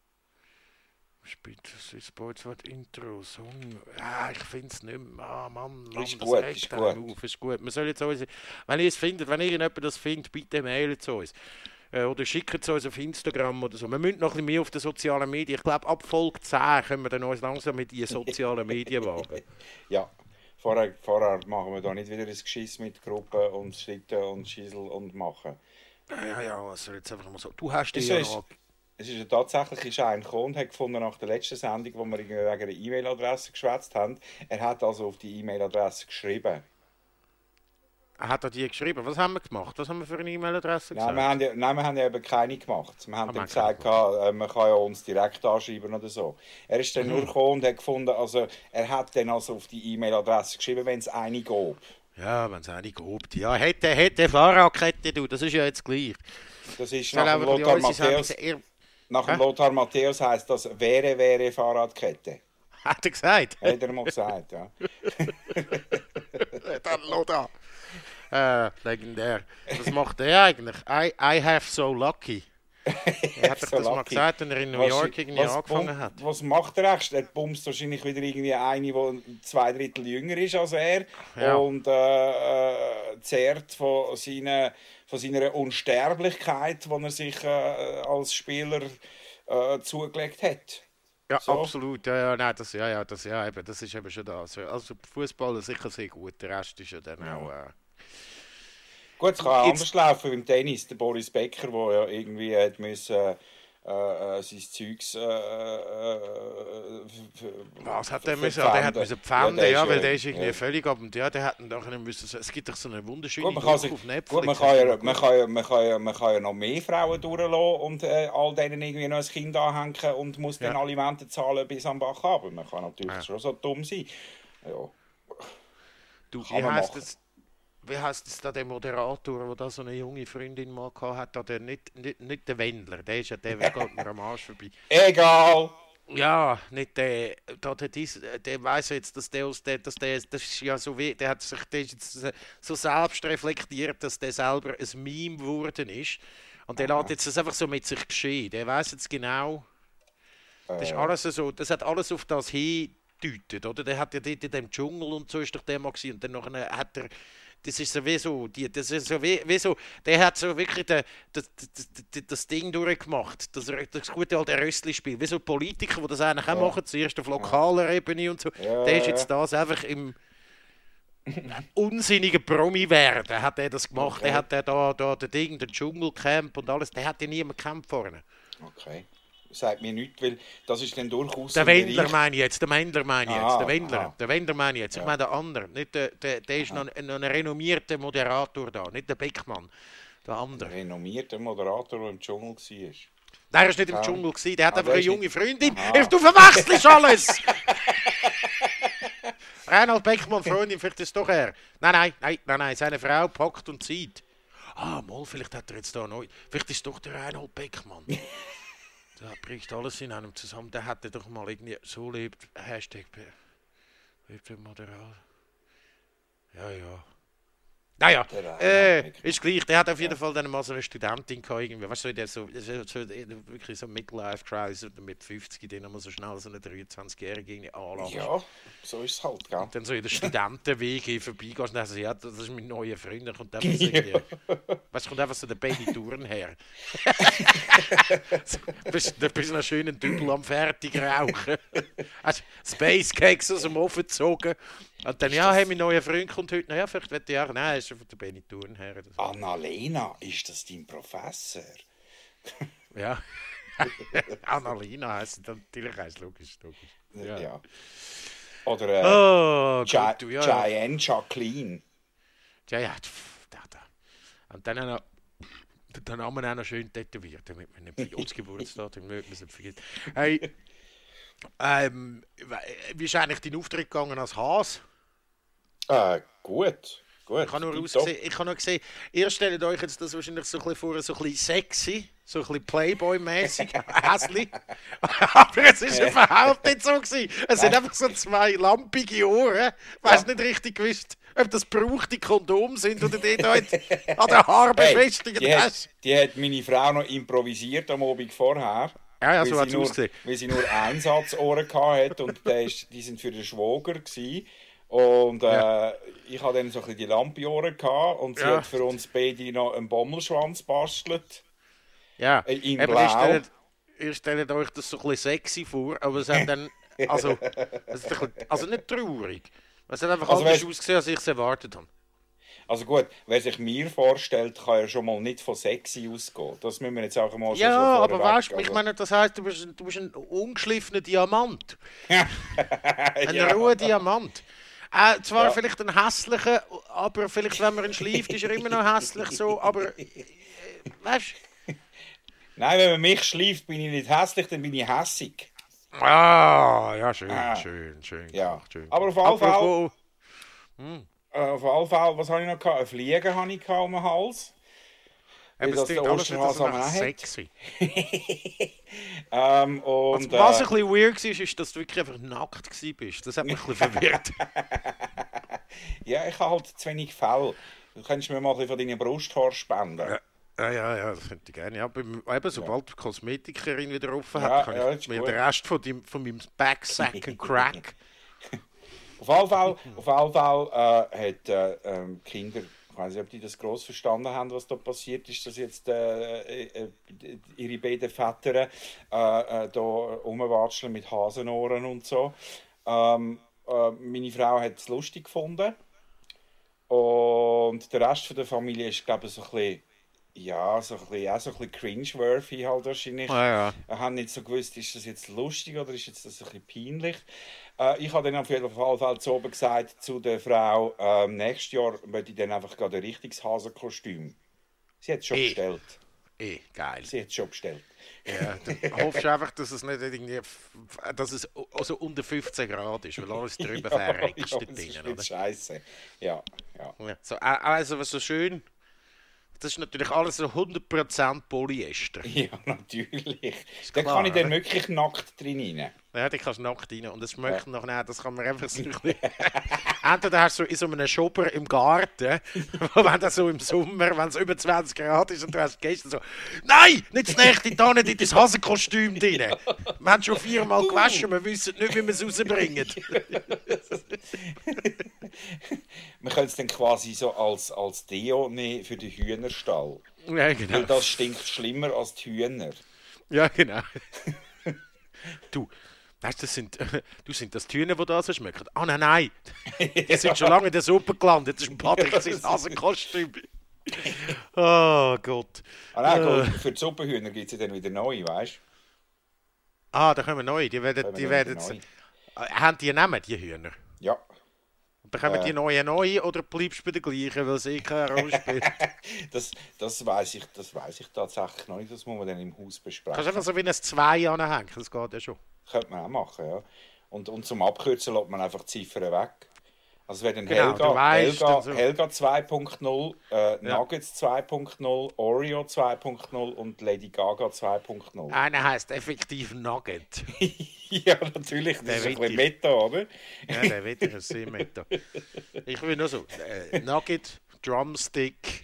Swiss Sports Award Intro, Song. Ah, ich finde es nicht mehr. Ah, Mann, Mann, Ist das gut, regt ist einen gut. auf. Ist gut. Man soll jetzt unsere, wenn ihr es findet, wenn irgendjemand das findet, bitte mailen zu uns. Äh, oder schickt es uns auf Instagram oder so. Wir müssen noch ein bisschen mehr auf den sozialen Medien. Ich glaube, ab Folge zehn können wir dann uns langsam mit den sozialen Medien wagen. Ja, vorher, vorher machen wir da nicht wieder ein Geschiss mit Gruppen und Schritten und Schissel und machen. Ja, ja, also jetzt einfach mal so. Du hast dich Es ja ist, noch... es ist ja tatsächlich ist ein Kunde und hat gefunden nach der letzten Sendung, wo wir irgendwie wegen einer E-Mail-Adresse geschwätzt haben. Er hat also auf die E-Mail-Adresse geschrieben. Hat er die geschrieben? Was haben wir gemacht? Was haben wir für eine E-Mail-Adresse Nein, gesagt? wir haben ja, nein, wir haben ja eben keine gemacht. Wir haben Ah, dann wir haben gesagt, keine äh, man kann ja uns direkt anschreiben oder so. Er ist dann Mhm. nur gekommen und hat gefunden, also er hat dann also auf die E-Mail-Adresse geschrieben, wenn es eine gab. Ja, wenn es eine gehobt. Ja, hätte, hätte Fahrradkette, du, das ist ja jetzt gleich. Das ist Soll nach dem einfach die Lothar unsere Matthäus. Sendung- Nach dem Hä? Lothar Matthäus heisst das wäre, wäre Fahrradkette. Hat er gesagt? Hat er mal gesagt, ja. Dann Loda. Äh, legendär. Was macht er eigentlich? I, I have so lucky. Er hat doch So das mal lucky. gesagt, wenn er in New Was- York irgendwie was angefangen bum- hat. Was macht er eigentlich? Er bumst wahrscheinlich wieder irgendwie eine, die zwei Drittel jünger ist als er. Ja. Und äh, äh, zehrt von, seine, von seiner Unsterblichkeit, die er sich äh, als Spieler äh, zugelegt hat. Ja, So. absolut. Ja, ja, nein, das, ja, ja, das, ja, eben, das ist eben schon das. Also Fußballer sicher sehr gut, der Rest ist ja dann auch... Äh, Gut, es kann auch Jetzt- anders laufen wie im Tennis. Der Boris Becker, der ja irgendwie hat müssen, äh, äh, sein Zeugs äh, äh, f- Was hat f- der müssen? verpfänden. Der hat müssen pfänden, der ja, ist weil der ist irgendwie ja. völlig ab und ja, der hat doch müssen. Es gibt doch so eine wunderschöne Gut, man kann, sich, Doku auf Netflix. gut, man, kann ja, man, kann ja, man, kann ja, man kann ja noch mehr Frauen durchlassen und äh, all denen irgendwie noch ein Kind anhängen und muss dann Ja. Alimente zahlen bis am Bach haben. Man kann natürlich Ja. schon so dumm sein. Ja. Du, kann wie man heißt machen. das? Wie heißt das da der Moderator, der da so eine junge Freundin mal gehabt hat? Da der, nicht, nicht, nicht der Wendler, der ist ja der, der geht mir am Arsch vorbei. Egal! Ja, nicht der, da der, dies, der weiß jetzt, dass der aus der, dass der, das ist ja so wie, der hat sich, der ist jetzt so selbst reflektiert, dass der selber ein Meme geworden ist. Und der lässt jetzt das einfach so mit sich geschehen. Der weiß jetzt genau, das ist alles so, das hat alles auf das hingedeutet, oder? Der hat ja dort in dem Dschungel und so ist doch der mal gewesen. Und dann nachher hat er, das ist so wie so, die, das ist so wie, wie so, der hat so wirklich den, das, das, das, das Ding durchgemacht, das, das gute alte Rössli-Spiel, wie so Politiker, die das eigentlich auch machen, zuerst auf lokaler Ebene und so, Ja, der ist ja. jetzt das einfach im unsinnigen Promi werden, hat er das gemacht, Okay. der hat der da, da das Ding, den Dschungelcamp und alles, der hat ja niemand gekämpft vorne. Okay. Sagt mir nichts, weil das ist dann durchaus Der ein Wendler Bereich- meine ich jetzt, der Wendler meine ich jetzt, Aha, der Wendler, aha. der Wendler meine ich jetzt. Ich Ja. meine der andere, nicht der, der, der ist noch, noch ein renommierter Moderator da, nicht der Beckmann, der andere. renommierter Moderator, der im Dschungel war. Der war nicht im Ah. Dschungel, gewesen, der hat Ah, einfach der eine ist junge nicht- Freundin. Aha. Du verwechselst alles! Reinhard Beckmann, Freundin, vielleicht ist es doch er. Nein, nein, nein, nein, nein, seine Frau packt und zieht. Ah, mal, vielleicht hat er jetzt da neu. Vielleicht ist es doch der Reinhold Beckmann. Da bricht alles in einem zusammen. Der hätte doch mal irgendwie so lebt. Hashtag lebt der Moderator. Ja, ja. Naja, Der Reinhold äh, Beckmann. ist gleich. Der hat auf jeden Fall dann mal so eine Studentin gehabt, irgendwie. Weißt du, der so, so, so wirklich so Midlife-Crisis mit fünfzig, den mal so schnell so eine dreiundzwanzigjährige irgendwie anlangt. Ja, so ist es halt, gell? Dann so in der Studenten-W G vorbeigehst und dann sagst du, ja, das ist mein neuer Freund. Dann kommt einfach so, irgendwie- weißt, kommt einfach so der Benny Thurn her. So, bist, da bist du noch schön einen Dübel am fertig rauchen. Hast Space Cakes aus dem Ofen gezogen. Und dann, ja, hey, mein neuer Freund kommt heute. Na ja, vielleicht wird der, nein, ist von der Benny Thurn her. oder so. Annalena, ist das dein Professor? Ja. Annalena heisst es natürlich, heisst logisch, logisch. Ja. Ja. Oder äh, Oh, Gia- gut, du, ja. ja. Gianne Jacqueline. Ja, ja, pff, da, da. Und dann noch, den Namen auch noch schön tätowiert, damit man nicht für uns Geburtstag, damit man es nicht vergisst. Hey, ähm, wie ist eigentlich dein Auftritt gegangen als Haas? Äh, gut. Gut. Ich habe nur, tipptopp. ausgesehen, ich habe nur gesehen, ihr stellt euch jetzt das wahrscheinlich so ein bisschen vor, so ein bisschen sexy, so ein bisschen Playboy-mäßig, hässlich. Aber es ist überhaupt nicht so gewesen. Es sind einfach so zwei lampige Ohren. Ich weiss nicht richtig gewusst, ob das gebrauchte Kondom sind oder die da an den Haaren Hey, befestigt die, hast. hat, die hat meine Frau noch improvisiert am Abend vorher. Ja, ja, so weil hat es sie nur- ausgesehen. Weil sie nur Einsatzohren hatte und der ist, die sind für den Schwager gewesen. Und äh, Ja. ich hatte dann so ein bisschen die Lampignore gehabt und sie Ja. hat für uns beide noch einen Bommelschwanz bastelt. Ja, Äh, in eben, Blau. ihr stellt, ihr stellt euch das so ein bisschen sexy vor, aber es hat dann, also, es ist ein bisschen, also nicht traurig. Es hat einfach Also anders weißt- ausgesehen, als ich es erwartet habe. Also gut, wer sich mir vorstellt, kann ja schon mal nicht von sexy ausgehen. Das müssen wir jetzt auch mal Ja, so aber vorweg- weißt du, ich meine, das heisst, du bist, ein- du bist ein ungeschliffener Diamant. Ein ja. roher Diamant. Äh, zwar Ja. vielleicht ein hässlicher, aber vielleicht, wenn man ihn schleift, ist er immer noch hässlich so, aber, äh, weißt Nein, wenn man mich schleift, bin ich nicht hässlich, dann bin ich hässig. du? Ah, ja, schön, Ah. schön, schön. Ja. gemacht, schön. Aber auf alle Fälle- Apropos- Äh, auf alle Fälle, was habe ich noch gehabt? Eine Fliege hatte ich gehabt um den Hals. Wie das der Osterhase auch hat. Sexy. ähm, und, also, was äh, ein bisschen weird war, ist, dass du wirklich einfach nackt warst. Das hat mich ein bisschen verwirrt. Ja, ich habe halt zu wenig Fell. Du könntest mir mal ein bisschen von deinen Brusthaaren spenden. Ja. Ja, ja, ja, das könnte ich gerne. Ja, beim, eben, sobald die Kosmetikerin wieder offen hat, Ja, kann ja, ich ist mir gut. den Rest von, dem, von meinem Backsack and Crack. Auf jeden Fall, auf jeden Fall äh, hat äh, ähm, Kinder, ich weiß nicht, ob die das gross verstanden haben, was da passiert ist, dass jetzt äh, äh, ihre beiden Väter äh, äh, da rumwatscheln mit Hasenohren und so. Ähm, äh, meine Frau hat es lustig gefunden. Und der Rest von der Familie ist, glaube ich, so ein bisschen, ja, so ein bisschen, auch so ein bisschen cringe-worthy halt wahrscheinlich. Ah, ja. Wir haben nicht so gewusst, ist das jetzt lustig oder ist jetzt das ein bisschen peinlich. Äh, ich habe dann auf jeden Fall zu oben gesagt zu der Frau, äh, nächstes Jahr möchte ich dann einfach gerade ein richtiges Hasenkostüm. Sie hat es schon Eh. bestellt. Eh, geil. Sie hat es schon bestellt. Ja, du hoffst einfach, dass es nicht irgendwie, dass es also unter fünfzehn Grad ist, weil alles drüber verreckt ja, dort das ist drinnen, oder? Scheiße. Ja, ja. Ja. So, also was so schön, das ist natürlich alles so hundert Prozent Polyester. Ja, natürlich. Da klar, kann ich dann oder? wirklich nackt drin rein. Ja, die kannst du nackt rein und das schmeckt noch nicht, das kann man einfach so ein bisschen... Entweder hast du in so einem Schopper im Garten, wo wenn das so im Sommer, wenn es über zwanzig Grad ist und du hast gestern so «Nein, nicht das nächste, da nicht in das Hasenkostüm drin!» Wir haben schon viermal gewaschen, wir wissen nicht, wie wir es rausbringen. Man könnte es dann quasi so als, als Deo nehmen für den Hühnerstall. Ja, genau. Weil das stinkt schlimmer als die Hühner. Ja, genau. Du, weißt, das sind, du sind das die Hühner, die da so schmecken. Ah, nein, nein. Die sind schon lange in der Suppe gelandet. Das ist ein Patrick sein Hasenkostüm. Oh Gott. Ah nein, Äh. gut, für die Suppenhühner gibt es ja dann wieder neu, weißt du? Ah, da kommen neu. Die werden, die werden, neu. äh, haben die Namen, die Hühner? Ja. Bekommen Äh. die neue neu oder bleibst du bei der gleichen, weil sie keine Rolle spielt? Das, das weiss ich, das weiss ich tatsächlich noch nicht. Das muss man dann im Haus besprechen. Kannst du einfach so wie ein zwei anhängen, das geht ja schon. Könnte man auch machen, ja. Und, und zum Abkürzen lässt man einfach die Ziffern weg. Also es wäre dann Genau, Helga, du weisst Helga, dann so. Helga zwei Punkt null, äh, Nuggets zwei Punkt null, Oreo zwei Punkt null und Lady Gaga zwei Punkt null. Einer heisst effektiv Nugget. Ja, natürlich, das Der ist ein will bisschen ich. Meta, oder? Ja, der wird ich sehr meta. Ich will nur so, äh, Nugget, Drumstick.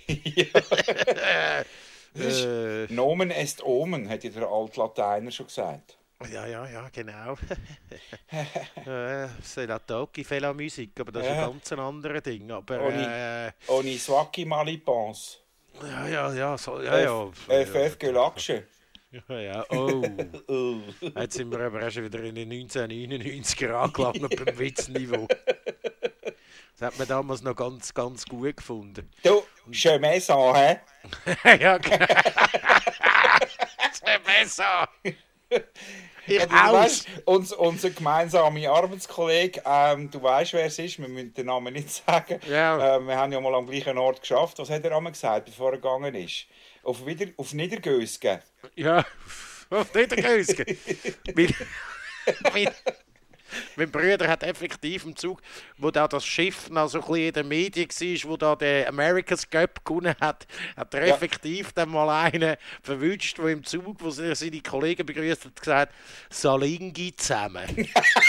äh, Nomen est Omen, hat ja der Altlateiner schon gesagt. ja, ja, ja, genau. äh, Selatoki, Fela-Musik, aber das ist Ja. ein ganz anderes Ding. Aber, Ohne, äh, ohne Swaki Malipans. ja, ja, ja, so, ja, ja. F F Gelaksche. Ja, ja, oh. Oh. Jetzt sind wir aber auch schon wieder in den neunzehnhundertneunundneunziger angelangt beim Witzniveau. Das hat man damals noch ganz, ganz gut gefunden. Du, je maison, hä? Ja, genau. Das ist besser. Ich Ja, du aus. weißt, uns, unser gemeinsamer Arbeitskollege, ähm, du weißt, wer es ist, wir müssen den Namen nicht sagen. Ja. Ähm, wir haben ja mal am gleichen Ort geschafft. Was hat er einmal gesagt, bevor er gegangen ist? Auf, wieder, auf Niedergösgen. Ja, auf Niedergösgen. mein, mein, mein Bruder hat effektiv im Zug, wo da das Schiff noch so ein bisschen in den Medien war, wo da der America's Cup gewonnen hat, hat er Ja. effektiv dann mal einen verwünscht, der im Zug, wo er seine Kollegen begrüßt hat, gesagt Salingi zusammen.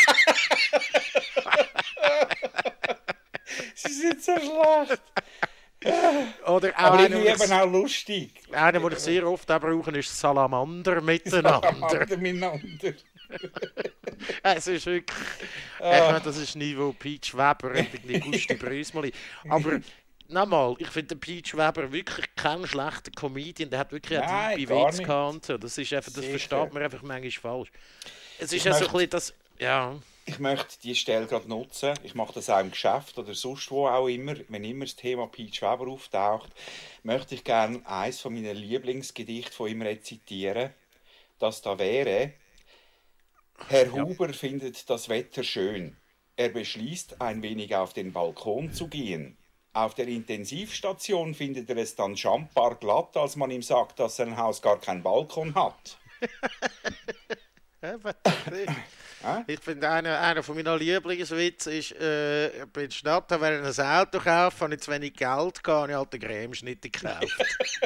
Sie sind so schlecht. Oder auch Aber einer, irgendwie den ich, eben auch lustig. einer, den ich sehr oft auch brauche, ist Salamander miteinander. Salamander miteinander. Es ist wirklich, ich meine, das ist Niveau Peach Weber und irgendwie Gusti Brüsmeli. Aber nochmal, ich finde den Peach Weber wirklich kein schlechter Comedian. Der hat wirklich Nein, einen tiefen gar Witz nicht. gehabt und so. Das ist einfach, das Sicher. versteht man einfach manchmal falsch. Es ist Ich ja so ein möchte- bisschen das, ja, Ich möchte diese Stelle gerade nutzen. Ich mache das auch im Geschäft oder sonst wo auch immer. Wenn immer das Thema Peach Weber auftaucht, möchte ich gerne eines von meinen Lieblingsgedichte von ihm rezitieren. Das da wäre: Herr Huber findet das Wetter schön. Er beschließt, ein wenig auf den Balkon zu gehen. Auf der Intensivstation findet er es dann schambar glatt, als man ihm sagt, dass sein Haus gar keinen Balkon hat. Ich finde, einer, einer von meinen Lieblingswitze ist, äh, ich bin in der Stadt, wenn ich ein Auto kaufe, habe ich zu wenig Geld gehabt, habe ich halt einen Cremeschnitte gekauft.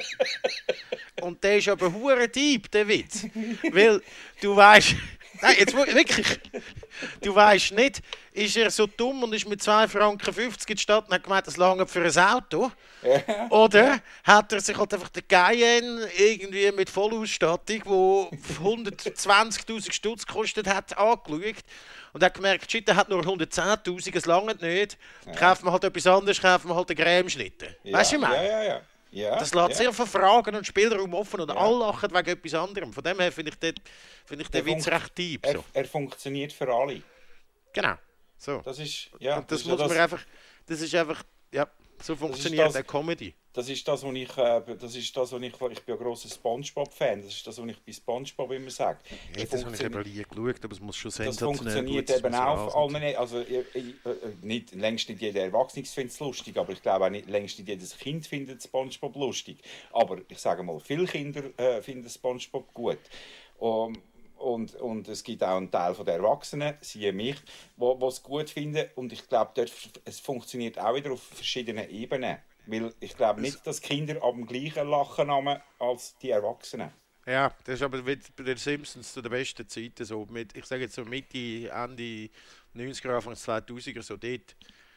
Und der ist aber hure deep, der Witz. Weil du weißt, nein, jetzt wirklich, du weißt nicht, ist er so dumm und ist mit zwei Franken fünfzig in die Stadt und hat gemeint, das lange für ein Auto? Ja. Oder hat er sich halt einfach den Cayenne irgendwie mit Vollausstattung, wo hundertzwanzigtausend Stutz gekostet hat, angeschaut und hat gemerkt, shit, er hat nur hundertzehntausend, es langt nicht. Ja. Kauft man halt etwas anderes, kauft man halt einen Cremeschnitte. Ja. Weißt du, ich meine? Ja, ja, ja. Ja, das lässt ja. sehr viel Fragen und Spielraum offen und ja. alle lachen wegen etwas anderem. Von dem her finde ich, find ich den Witz recht deep. So. Er, er funktioniert für alle. Genau. So. Das ist, ja, und das, das muss ist man das, einfach, das ist einfach, ja, so funktioniert der Comedy. Das ist das, was ich, äh, das ist das, was ich, ich bin ein grosser Spongebob-Fan, das ist das, was ich bei Spongebob immer sage. Ja, das habe ich eben nie geschaut, aber es muss schon sensationell Das funktioniert eben auch auf allen, also ich, ich, nicht, längst nicht jeder Erwachsene findet es lustig, aber ich glaube auch nicht, längst nicht jedes Kind findet Spongebob lustig. Aber ich sage mal, viele Kinder äh, finden Spongebob gut. Um, Und, und es gibt auch einen Teil der Erwachsenen, siehe mich, die es gut finden. Und ich glaube, dort, es funktioniert auch wieder auf verschiedenen Ebenen. Weil ich glaube nicht, dass Kinder ab dem gleichen lachen haben als die Erwachsenen. Ja, das ist aber bei den Simpsons zu der besten Zeit so. Mit, ich sage jetzt so Mitte, Ende neunziger, Anfang zweitausender, so dort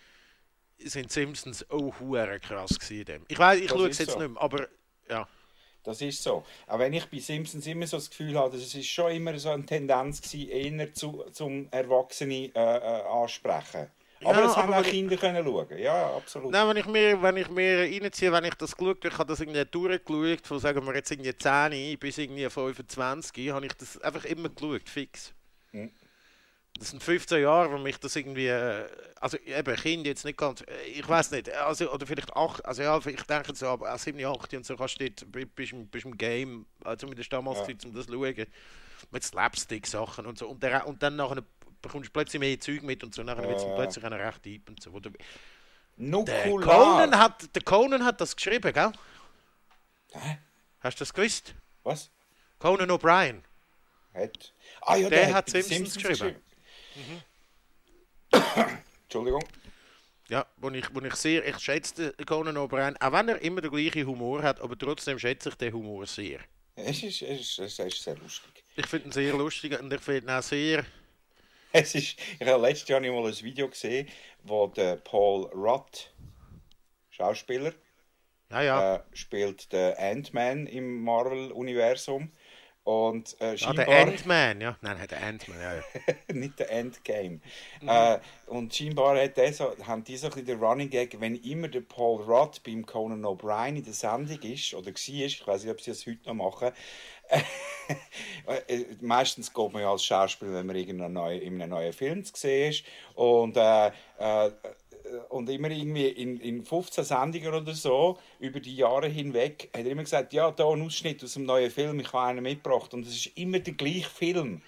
sind Simpsons auch hure krass gewesen. Ich weiß, ich schaue es jetzt so. nicht mehr, aber ja. Das ist so. Auch wenn ich bei Simpsons immer so das Gefühl hatte, es ist schon immer so eine Tendenz gewesen, eher zu, zum Erwachsenen äh, äh, ansprechen. Aber ja, es haben auch Kinder können schauen. Ja, absolut. Nein, wenn ich mir, wenn ich mir reinziehe, wenn ich das geschaut habe, ich habe das irgendwie durchgeschaut, von sagen wir jetzt irgendwie zehn bis irgendwie fünfundzwanzig, habe ich das einfach immer geschaut, fix. Hm. Das sind fünfzehn Jahre, wo mich das irgendwie, also eben Kind jetzt nicht ganz, ich weiß nicht, also, oder vielleicht acht, also ja, ich denke so, aber sieben, acht und so kannst du dort, bist du im Game, also mit der Damals-Zeit, ja. um das zu schauen, mit Slapstick-Sachen und so, und, der, und dann nachher bekommst du plötzlich mehr Zeug mit und so, nachher wird es ja. plötzlich einen recht deep und so. Der Conan, hat, der Conan hat das geschrieben, gell? Hä? Hast du das gewusst? Was? Conan O'Brien. Hat. Ah ja, der, der hat Simpsons, Simpsons geschrieben. Mhm. Entschuldigung. Ja, wo ich, wo ich sehr, ich schätze den Conan O'Brien, auch wenn er immer den gleichen Humor hat, aber trotzdem schätze ich den Humor sehr. Es ist, es ist, es ist sehr lustig. Ich finde ihn sehr lustig und ich finde ihn auch sehr... Es ist, ich habe letztes Jahr mal ein Video gesehen, wo der Paul Rudd, Schauspieler, ja, ja. Äh, spielt den Ant-Man im Marvel-Universum. Und, äh, ah, der Ant-Man, ja. Nein, der Ant-Man, ja, ja. Nicht der Endgame. Mhm. Äh, und scheinbar hat der so, haben die so ein bisschen den Running Gag, wenn immer der Paul Rudd beim Conan O'Brien in der Sendung ist, oder war, ich weiß nicht, ob sie das heute noch machen, äh, meistens geht man ja als Schauspieler, wenn man in einem neuen, in einem neuen Film zu sehen ist. Und äh, äh, Und immer irgendwie in, in fünfzehn Sendungen oder so, über die Jahre hinweg, hat er immer gesagt, ja, da ein Ausschnitt aus einem neuen Film, ich habe einen mitgebracht. Und es ist immer der gleiche Film.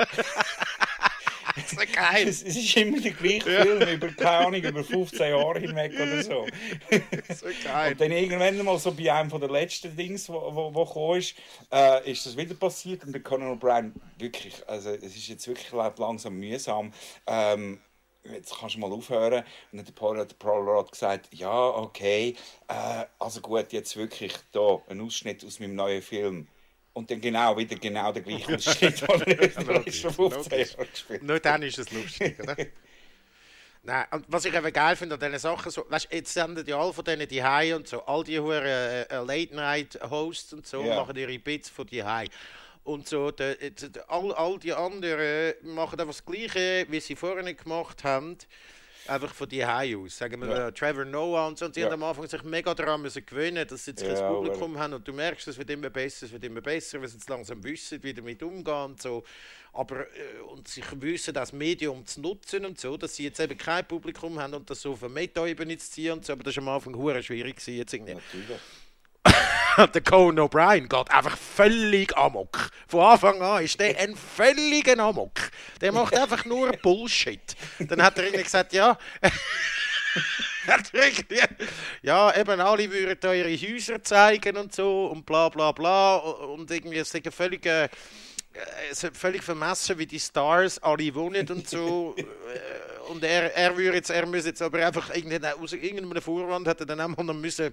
Das ist so geil. Es, es ist immer der gleiche ja. Film, über, keine Ahnung, über fünfzehn Jahre hinweg oder so. So geil. Und dann irgendwann mal so bei einem von der letzten Dings, wo, wo, wo gekommen ist, äh, ist das wieder passiert. Und der Conan O'Brien, wirklich, also es ist jetzt wirklich langsam mühsam, ähm, jetzt kannst du mal aufhören. Und dann hat der Paul, der Paul Rudd gesagt, ja, okay, äh, also gut, jetzt wirklich da ein Ausschnitt aus meinem neuen Film. Und dann genau wieder genau der gleiche Ausschnitt, den er in den letzten fünfzehn Jahren gespielt hat. Nur dann ist es lustig, oder? Nein, und was ich eben geil finde an diesen Sachen, so, weißt, jetzt senden die alle von denen die High und so, all die hohen äh, Late-Night-Hosts und so, yeah. machen ihre Bits von die High. Und so, de, de, de, all, all die anderen machen einfach das Gleiche, wie sie vorhin gemacht haben, einfach von die High aus. Sagen wir, ja. Trevor Noah und so, und sie ja. haben am Anfang sich mega daran müssen gewöhnen, dass sie jetzt ja, kein Publikum aber... haben und du merkst, es wird immer besser, es wird immer besser, weil sie jetzt langsam wissen, wie damit umgehen und so. Aber, äh, und sie wissen, das Medium zu nutzen und so, dass sie jetzt eben kein Publikum haben und das so auf eine Meta-Ebene zu ziehen und so, aber das war am Anfang hure schwierig gewesen, jetzt irgendwie. Natürlich. Der Conan O'Brien geht einfach völlig amok. Von Anfang an ist der ein völliger Amok. Der macht einfach nur Bullshit. Dann hat er irgendwie gesagt, ja... ja, eben alle würden eure Häuser zeigen und so und bla bla bla. Und irgendwie ist es völlig... äh, völlig vermessen, wie die Stars alle wohnen und so. äh, und er, er würde jetzt, er müsse jetzt aber einfach aus irgendeinem Vorwand hat er dann auch noch müssen.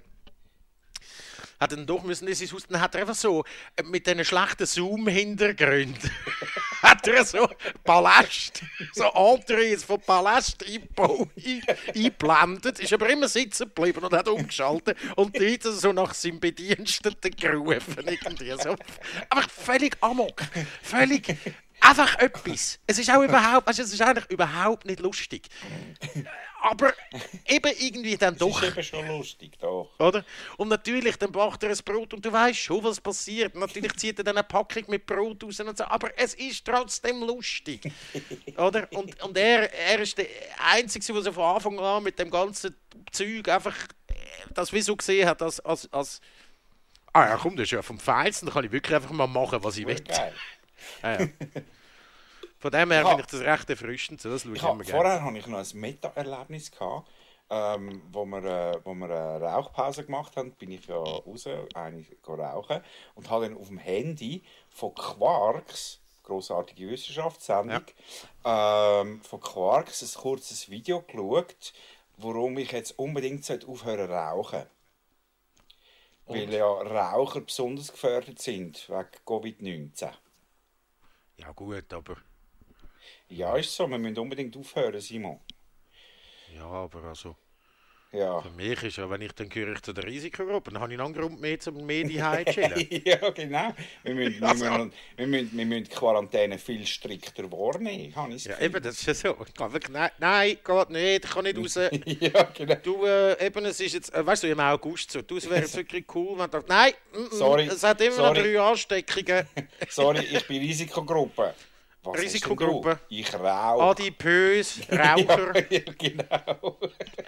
Hat dann doch müssen in sein Haus, dann hat er einfach so äh, mit diesen schlechten Zoom-Hintergründen hat er so Palast, so Entrees von Palast eingebaut, ein, eingeblendet, ist aber immer sitzen geblieben und hat umgeschaltet und dort so nach seinem Bediensteten gerufen. Irgendwie so. Einfach völlig amok, völlig, einfach etwas. Es ist auch überhaupt, also es ist eigentlich überhaupt nicht lustig. Aber eben irgendwie dann doch. Das ist eben schon lustig, doch. Oder? Und natürlich, dann backt er ein Brot und du weißt schon, was passiert. Natürlich zieht er dann eine Packung mit Brot raus und so. Aber es ist trotzdem lustig. Oder? Und, und er, er ist der Einzige, der von Anfang an mit dem ganzen Zeug einfach das wie so gesehen hat, als, als, als ah ja, komm, das ist ja vom Feinsten, da kann ich wirklich einfach mal machen, was ich will. Geil. Ah, ja. Von dem her finde ich das recht erfrischend. Das schaue ich ich immer ha, vorher hatte ich noch ein Meta-Erlebnis, gehabt, ähm, wo, wir, äh, wo wir eine Rauchpause gemacht haben. Bin ich ja raus, eigentlich rauchen. Und habe dann auf dem Handy von Quarks, grossartige Wissenschaftssendung, ja. ähm, von Quarks ein kurzes Video geschaut, warum ich jetzt unbedingt aufhören zu rauchen. Und? Weil ja Raucher besonders gefährdet sind wegen Covid neunzehn. Ja gut, aber... Ja, ist so. Wir müssen unbedingt aufhören, Simon. Ja, aber also... Ja. Für mich ist ja, wenn ich dann gehöre ich zu der Risikogruppe, dann habe ich einen Grund mehr zum Medien chillen. Ja, genau. Wir müssen, also. wir, müssen, wir, müssen, wir müssen die Quarantäne viel strikter wahrnehmen. Ja, eben, das ist ja so. Nein, nein, geht nicht, ich kann nicht raus. Ja, genau. Du, äh, eben, es ist jetzt, äh, weißt du, im August so. Du, es wäre jetzt wirklich cool, wenn du... Nein, mm, sorry, es hat immer sorry. noch drei Ansteckungen. Sorry, ich bin Risikogruppe. Was Risikogruppe. Ich rauche. Adipös, Raucher. Ja, genau.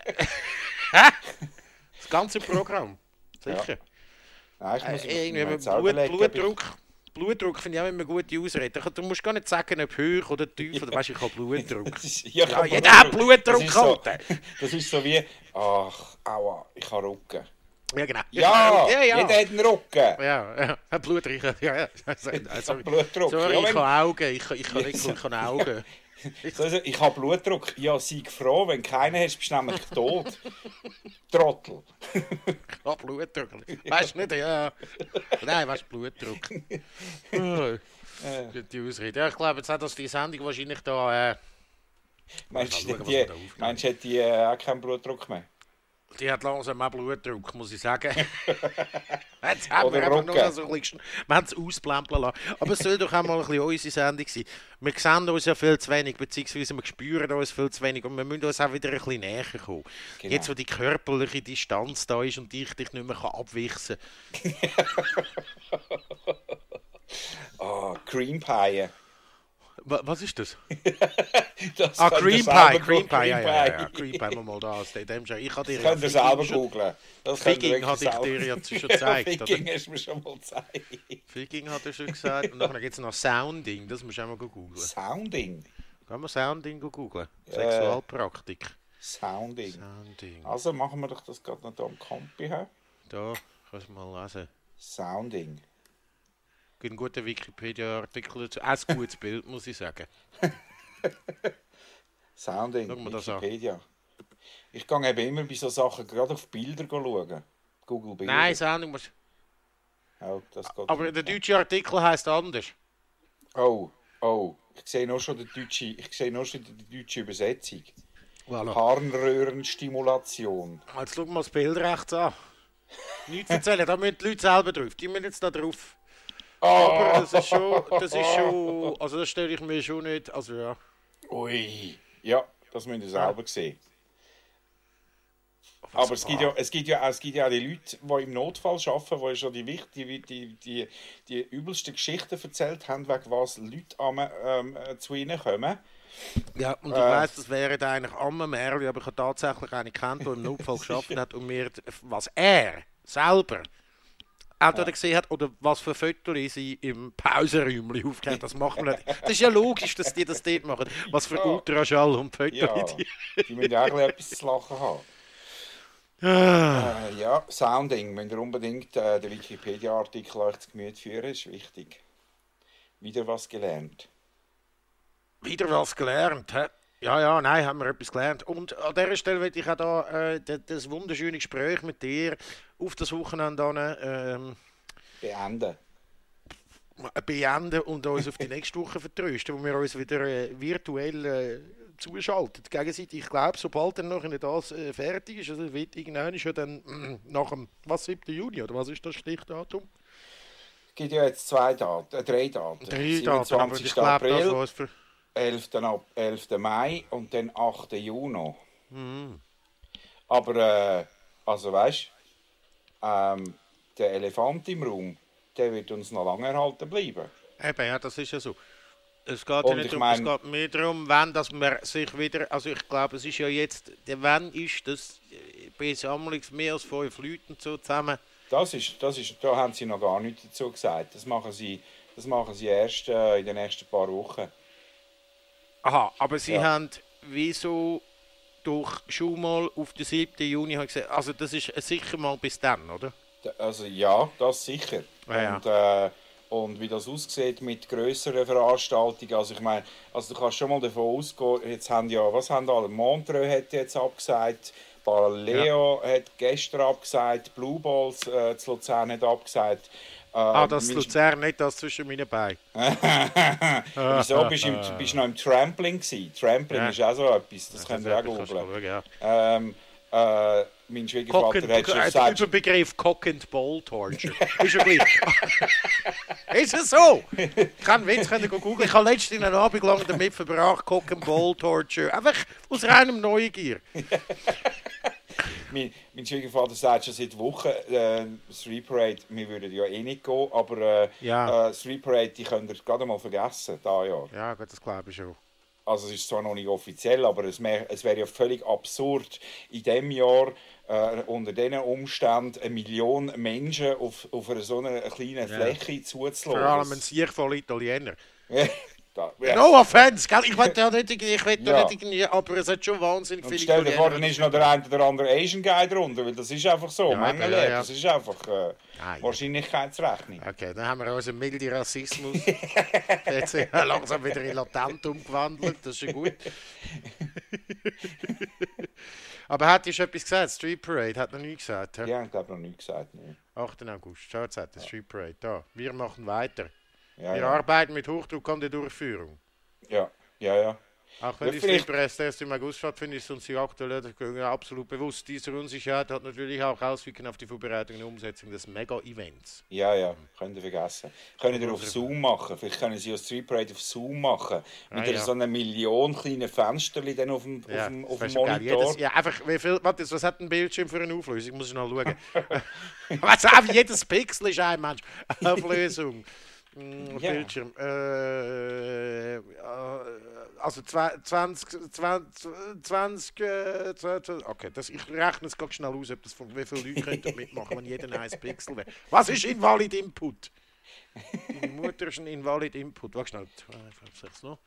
Das ganze Programm. Sicher. Ja. Nein, ich muss, äh, ich muss Blut, legen, Blutdruck. Ich... Blutdruck finde ich auch immer eine gute Ausrede. Du musst gar nicht sagen, ob hoch oder tief. Oder weißt, ich habe Blutdruck. Ist, ja, ja, jeder hat Blutdruck. Das ist, so, das ist so wie, ach, aua, ich habe Rücken. Ja, genau. Ja, ja, ja, jeder hat einen Rücken. Ja, ja. Blutdruck. Ja, ja. Sorry, Blutdruck. Sorry, ja, ich habe Augen. Ich, ich, ich, ich, ich habe Augen. Also, ich habe Blutdruck. Ja, sei froh, wenn du keinen hast, bist du nämlich tot. Trottel. Ich habe Blutdruck. Weißt du nicht, ja. Nein, weißt du, Blutdruck. Oh, die Ausrede. Ja, ich glaube, jetzt hat das die Sendung wahrscheinlich da. Äh, meinst du, die, meinst, hat die äh, auch keinen Blutdruck mehr? Die hat langsam auch Blutdruck, muss ich sagen. Jetzt haben wir einfach nur so ein bisschen, wir haben es ausplempeln lassen. Aber es soll doch auch mal ein bisschen unsere Sendung sein. Wir sehen uns ja viel zu wenig, beziehungsweise wir spüren uns viel zu wenig und wir müssen uns auch wieder ein bisschen näher kommen. Genau. Jetzt, wo die körperliche Distanz da ist und ich dich nicht mehr abwichsen kann. Oh, Cream Pie. Was ist das? das ah, Cream Pie, Cream Pie, ja, ja, ja, Cream Pie, mal da. Ich habe dir könnt ihr selber googeln. Figging hatte ich dir ja schon gezeigt. Figging hast du mir schon mal gezeigt. Figging hat er schon gesagt. Und dann gibt es noch Sounding, das musst du auch mal googeln. Sounding? Kann man Sounding googeln? Äh, Sexualpraktik. Sounding. Sounding. Also machen wir doch das gerade noch hier am Kompi. He? Da, kannst du mal lesen. Sounding. Ein guter Wikipedia-Artikel dazu. Auch ein gutes Bild, muss ich sagen. Sounding, Wikipedia. Ich gehe eben immer bei so Sachen gerade auf Bilder schauen. Google Bilder. Nein, Sounding muss... Oh, das geht aber der deutsche Artikel heisst anders. Oh, oh. Ich sehe noch schon die deutsche, ich sehe noch schon die deutsche Übersetzung. Voilà. Harnröhrenstimulation. Jetzt schau mal das Bild rechts an. Nichts erzählen, da müssen die Leute selber drauf. Die müssen jetzt da drauf. Oh. Aber das ist schon, das ist schon, also das stelle ich mir schon nicht, also ja. Ui, ja, das müsst ihr selber sehen. Was aber es gibt, ja, es, gibt ja auch, es gibt ja auch die Leute, die im Notfall arbeiten, die schon die, die, die, die, die übelsten Geschichten erzählt haben, wegen was Leute am, ähm, zu ihnen kommen. Ja, und ich äh, weiss, das wäre eigentlich Amme Merli, aber ich habe tatsächlich einen kennt, der im Notfall geschafft hat und mir, was er selber entweder gesehen hat oder was für Fotos sie im Pausenräumchen aufgehört. Das machen wir nicht. Das ist ja logisch, dass die das dort machen. Was für Ultraschall und Fotos. Ja, die müssen auch etwas zu lachen haben. äh, ja, Sounding. Müsst ihr unbedingt äh, den Wikipedia-Artikel euch zu Gemüte führen, ist wichtig. Wieder was gelernt. Wieder was gelernt, hä? Ja, ja, nein, haben wir etwas gelernt. Und an dieser Stelle möchte ich auch da, äh, das, das wunderschöne Gespräch mit dir auf das Wochenende ähm, beenden. beenden und uns auf die nächste Woche vertrösten, wo wir uns wieder äh, virtuell äh, zuschalten. Gegenseitig, ich glaube, sobald dann noch in das äh, fertig ist, also wird irgendwann ist ja dann äh, nach dem was, siebten Juni, oder was ist das Stichdatum? Es gibt ja jetzt zwei Daten, äh, drei Daten. Drei Daten, aber ich glaube, April, das was für... elften Mai und dann achten Juni. Mhm. Aber, äh, also weißt du, ähm, der Elefant im Raum, der wird uns noch lange erhalten bleiben. Eben, ja, das ist ja so. Es geht ja nicht um, mein... es geht mehr darum, wenn dass man sich wieder, also ich glaube, es ist ja jetzt, der wenn ist das bei Sammlungs mehr als fünf Leuten so zusammen. Das ist, das ist, da haben sie noch gar nichts dazu gesagt. Das machen sie, das machen sie erst äh, in den nächsten paar Wochen. Aha, aber sie ja. haben wieso doch schon mal auf den siebten Juni gesagt, also das ist sicher mal bis dann, oder? Also ja, das sicher. Ah, ja. Und, äh, und wie das aussieht mit grösseren Veranstaltungen, also ich meine, also du kannst schon mal davon ausgehen, jetzt haben ja, was haben alle, Montreux hat jetzt abgesagt, Leo ja. hat gestern abgesagt, Blue Balls äh, zu Luzern hat abgesagt. Äh, ah, das Luzern, nicht das zwischen meinen Beinen. Wieso? Bist du bist noch im Trampling gewesen? Trampling ja. ist auch so etwas, das ja, könnt ihr auch googeln. Ja. Ähm, äh, mein Schwiegervater and, hat schon gesagt... Der Begriff Cock and Ball Torture. Ist ja gleich. Ist es so? Ich kann Witz googeln. Ich habe letztens einen Abend lang damit verbracht, Cock and Ball Torture. Einfach aus reinem Neugier. mein, mein Schwiegervater sagt schon seit Wochen, äh, Street Parade, wir würden ja eh nicht gehen, aber äh, ja. äh, Street Parade, die könnt ihr gerade mal vergessen, da ja. Ja, gut, das glaube ich schon. Also es ist zwar noch nicht offiziell, aber es, es wäre ja völlig absurd, in diesem Jahr äh, unter diesen Umständen eine Million Menschen auf, auf einer so einer kleinen Fläche ja. zuzulassen. Vor allem ein Sieg voll Italiener. Da, ja. No offense, gell? Ich will ja nicht, ich will ja. nicht irgendwie, aber es hat schon wahnsinnig und viele stell dir vor, dann ist noch der eine oder andere Asian Guy drunter, weil das ist einfach so, ja, Menge ja, ja. das ist einfach äh, ah, ja. Wahrscheinlichkeitsrechnung. Okay, dann haben wir unseren milden Rassismus jetzt langsam wieder in latent umgewandelt, das ist ja gut. Aber hat dir schon etwas gesagt? Street Parade hat noch nie gesagt, he? Ja, ich glaube noch nie gesagt. Nee. achten August, schau jetzt, der Street Parade, da. Wir machen weiter. Ja, wir ja. arbeiten mit Hochdruck an der Durchführung. Ja, ja, ja. Auch wenn ja, die Street Parade erst im August stattfindet, ist uns die aktuelle absolut bewusst. Diese Unsicherheit hat natürlich auch Auswirkungen auf die Vorbereitung und Umsetzung des Mega-Events. Ja, ja, könnt ihr vergessen. Können ihr auf Zoom machen, vielleicht können sie ja Street Parade auf Zoom machen. Mit ah, ja. so einer Million kleinen Fensterchen dann auf dem, ja, auf dem, auf dem Monitor. Jedes, ja, einfach, wie viel, warte, was hat ein Bildschirm für eine Auflösung? Muss ich noch schauen. Weißt du, einfach jedes Pixel ist ein Mensch. Auflösung. Ja. Bildschirm. Äh, also zwanzig, zwanzig, zwanzig, äh, zwanzig, okay, das, ich rechne es ganz schnell aus, ob das von wie viele Leute könnten mitmachen, wenn jeder ein Pixel wäre. Was ist Invalid Input? Deine Mutter ist ein Invalid Input. Warte schnell. zwei, fünf, sechs noch.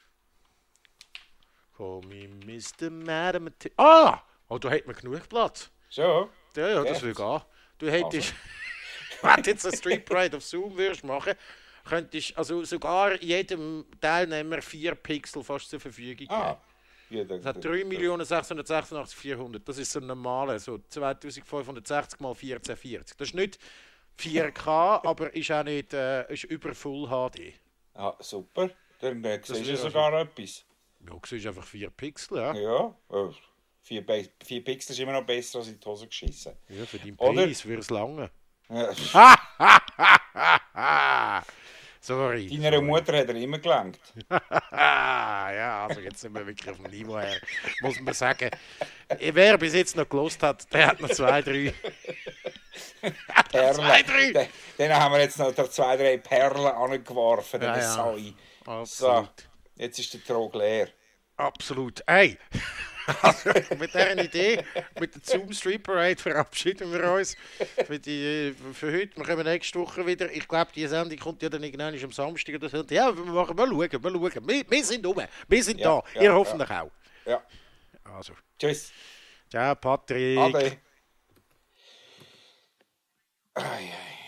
Call me Mister Mathematics. Ah! Oh, da hat man genug Platz. So? Ja, ja, das will gehen. Du hättest, also. wenn du jetzt eine Street Parade auf Zoom würdest machen, könntest also sogar jedem Teilnehmer vier Pixel fast zur Verfügung geben. Ah. Ja, das, das hat drei Millionen sechshundertsechsundachtzig vierhundert. Das ist so ein normaler, so zweitausendfünfhundertsechzig mal vierzehnhundertvierzig. Das ist nicht vier K, aber ist auch nicht äh, ist über Full H D. Ah, super. Dann äh, siehst du sogar also, etwas. Ja, du siehst einfach vier Pixel, ja. Ja, äh, vier, vier Pixel ist immer noch besser als in die Hose geschissen. Ja, für deinen Penis würde es lange. Sorry. Deiner sorry. Mutter hat er immer gelangt. Ja, also jetzt sind wir wirklich auf dem Niveau her. Muss man sagen. Wer bis jetzt noch gelost hat, der hat noch zwei, drei. Perlen. zwei, drei. Den, den haben wir jetzt noch zwei, drei Perlen angeworfen. Ja, ja. Absolut. So, jetzt ist der Trog leer. Absolut. Hey! Also, mit dieser Idee, mit der Zoom Street Parade verabschieden wir uns für, die, für heute. Wir kommen nächste Woche wieder. Ich glaube, die Sendung kommt ja dann irgendwann am Samstag oder so. Ja, wir machen, wir schauen, wir schauen. Wir, wir sind rum, wir sind ja, da. Ja, Ihr hoffentlich ja. auch. Ja. Also. Tschüss. Ciao, Patrick. Ade. Ai, ai.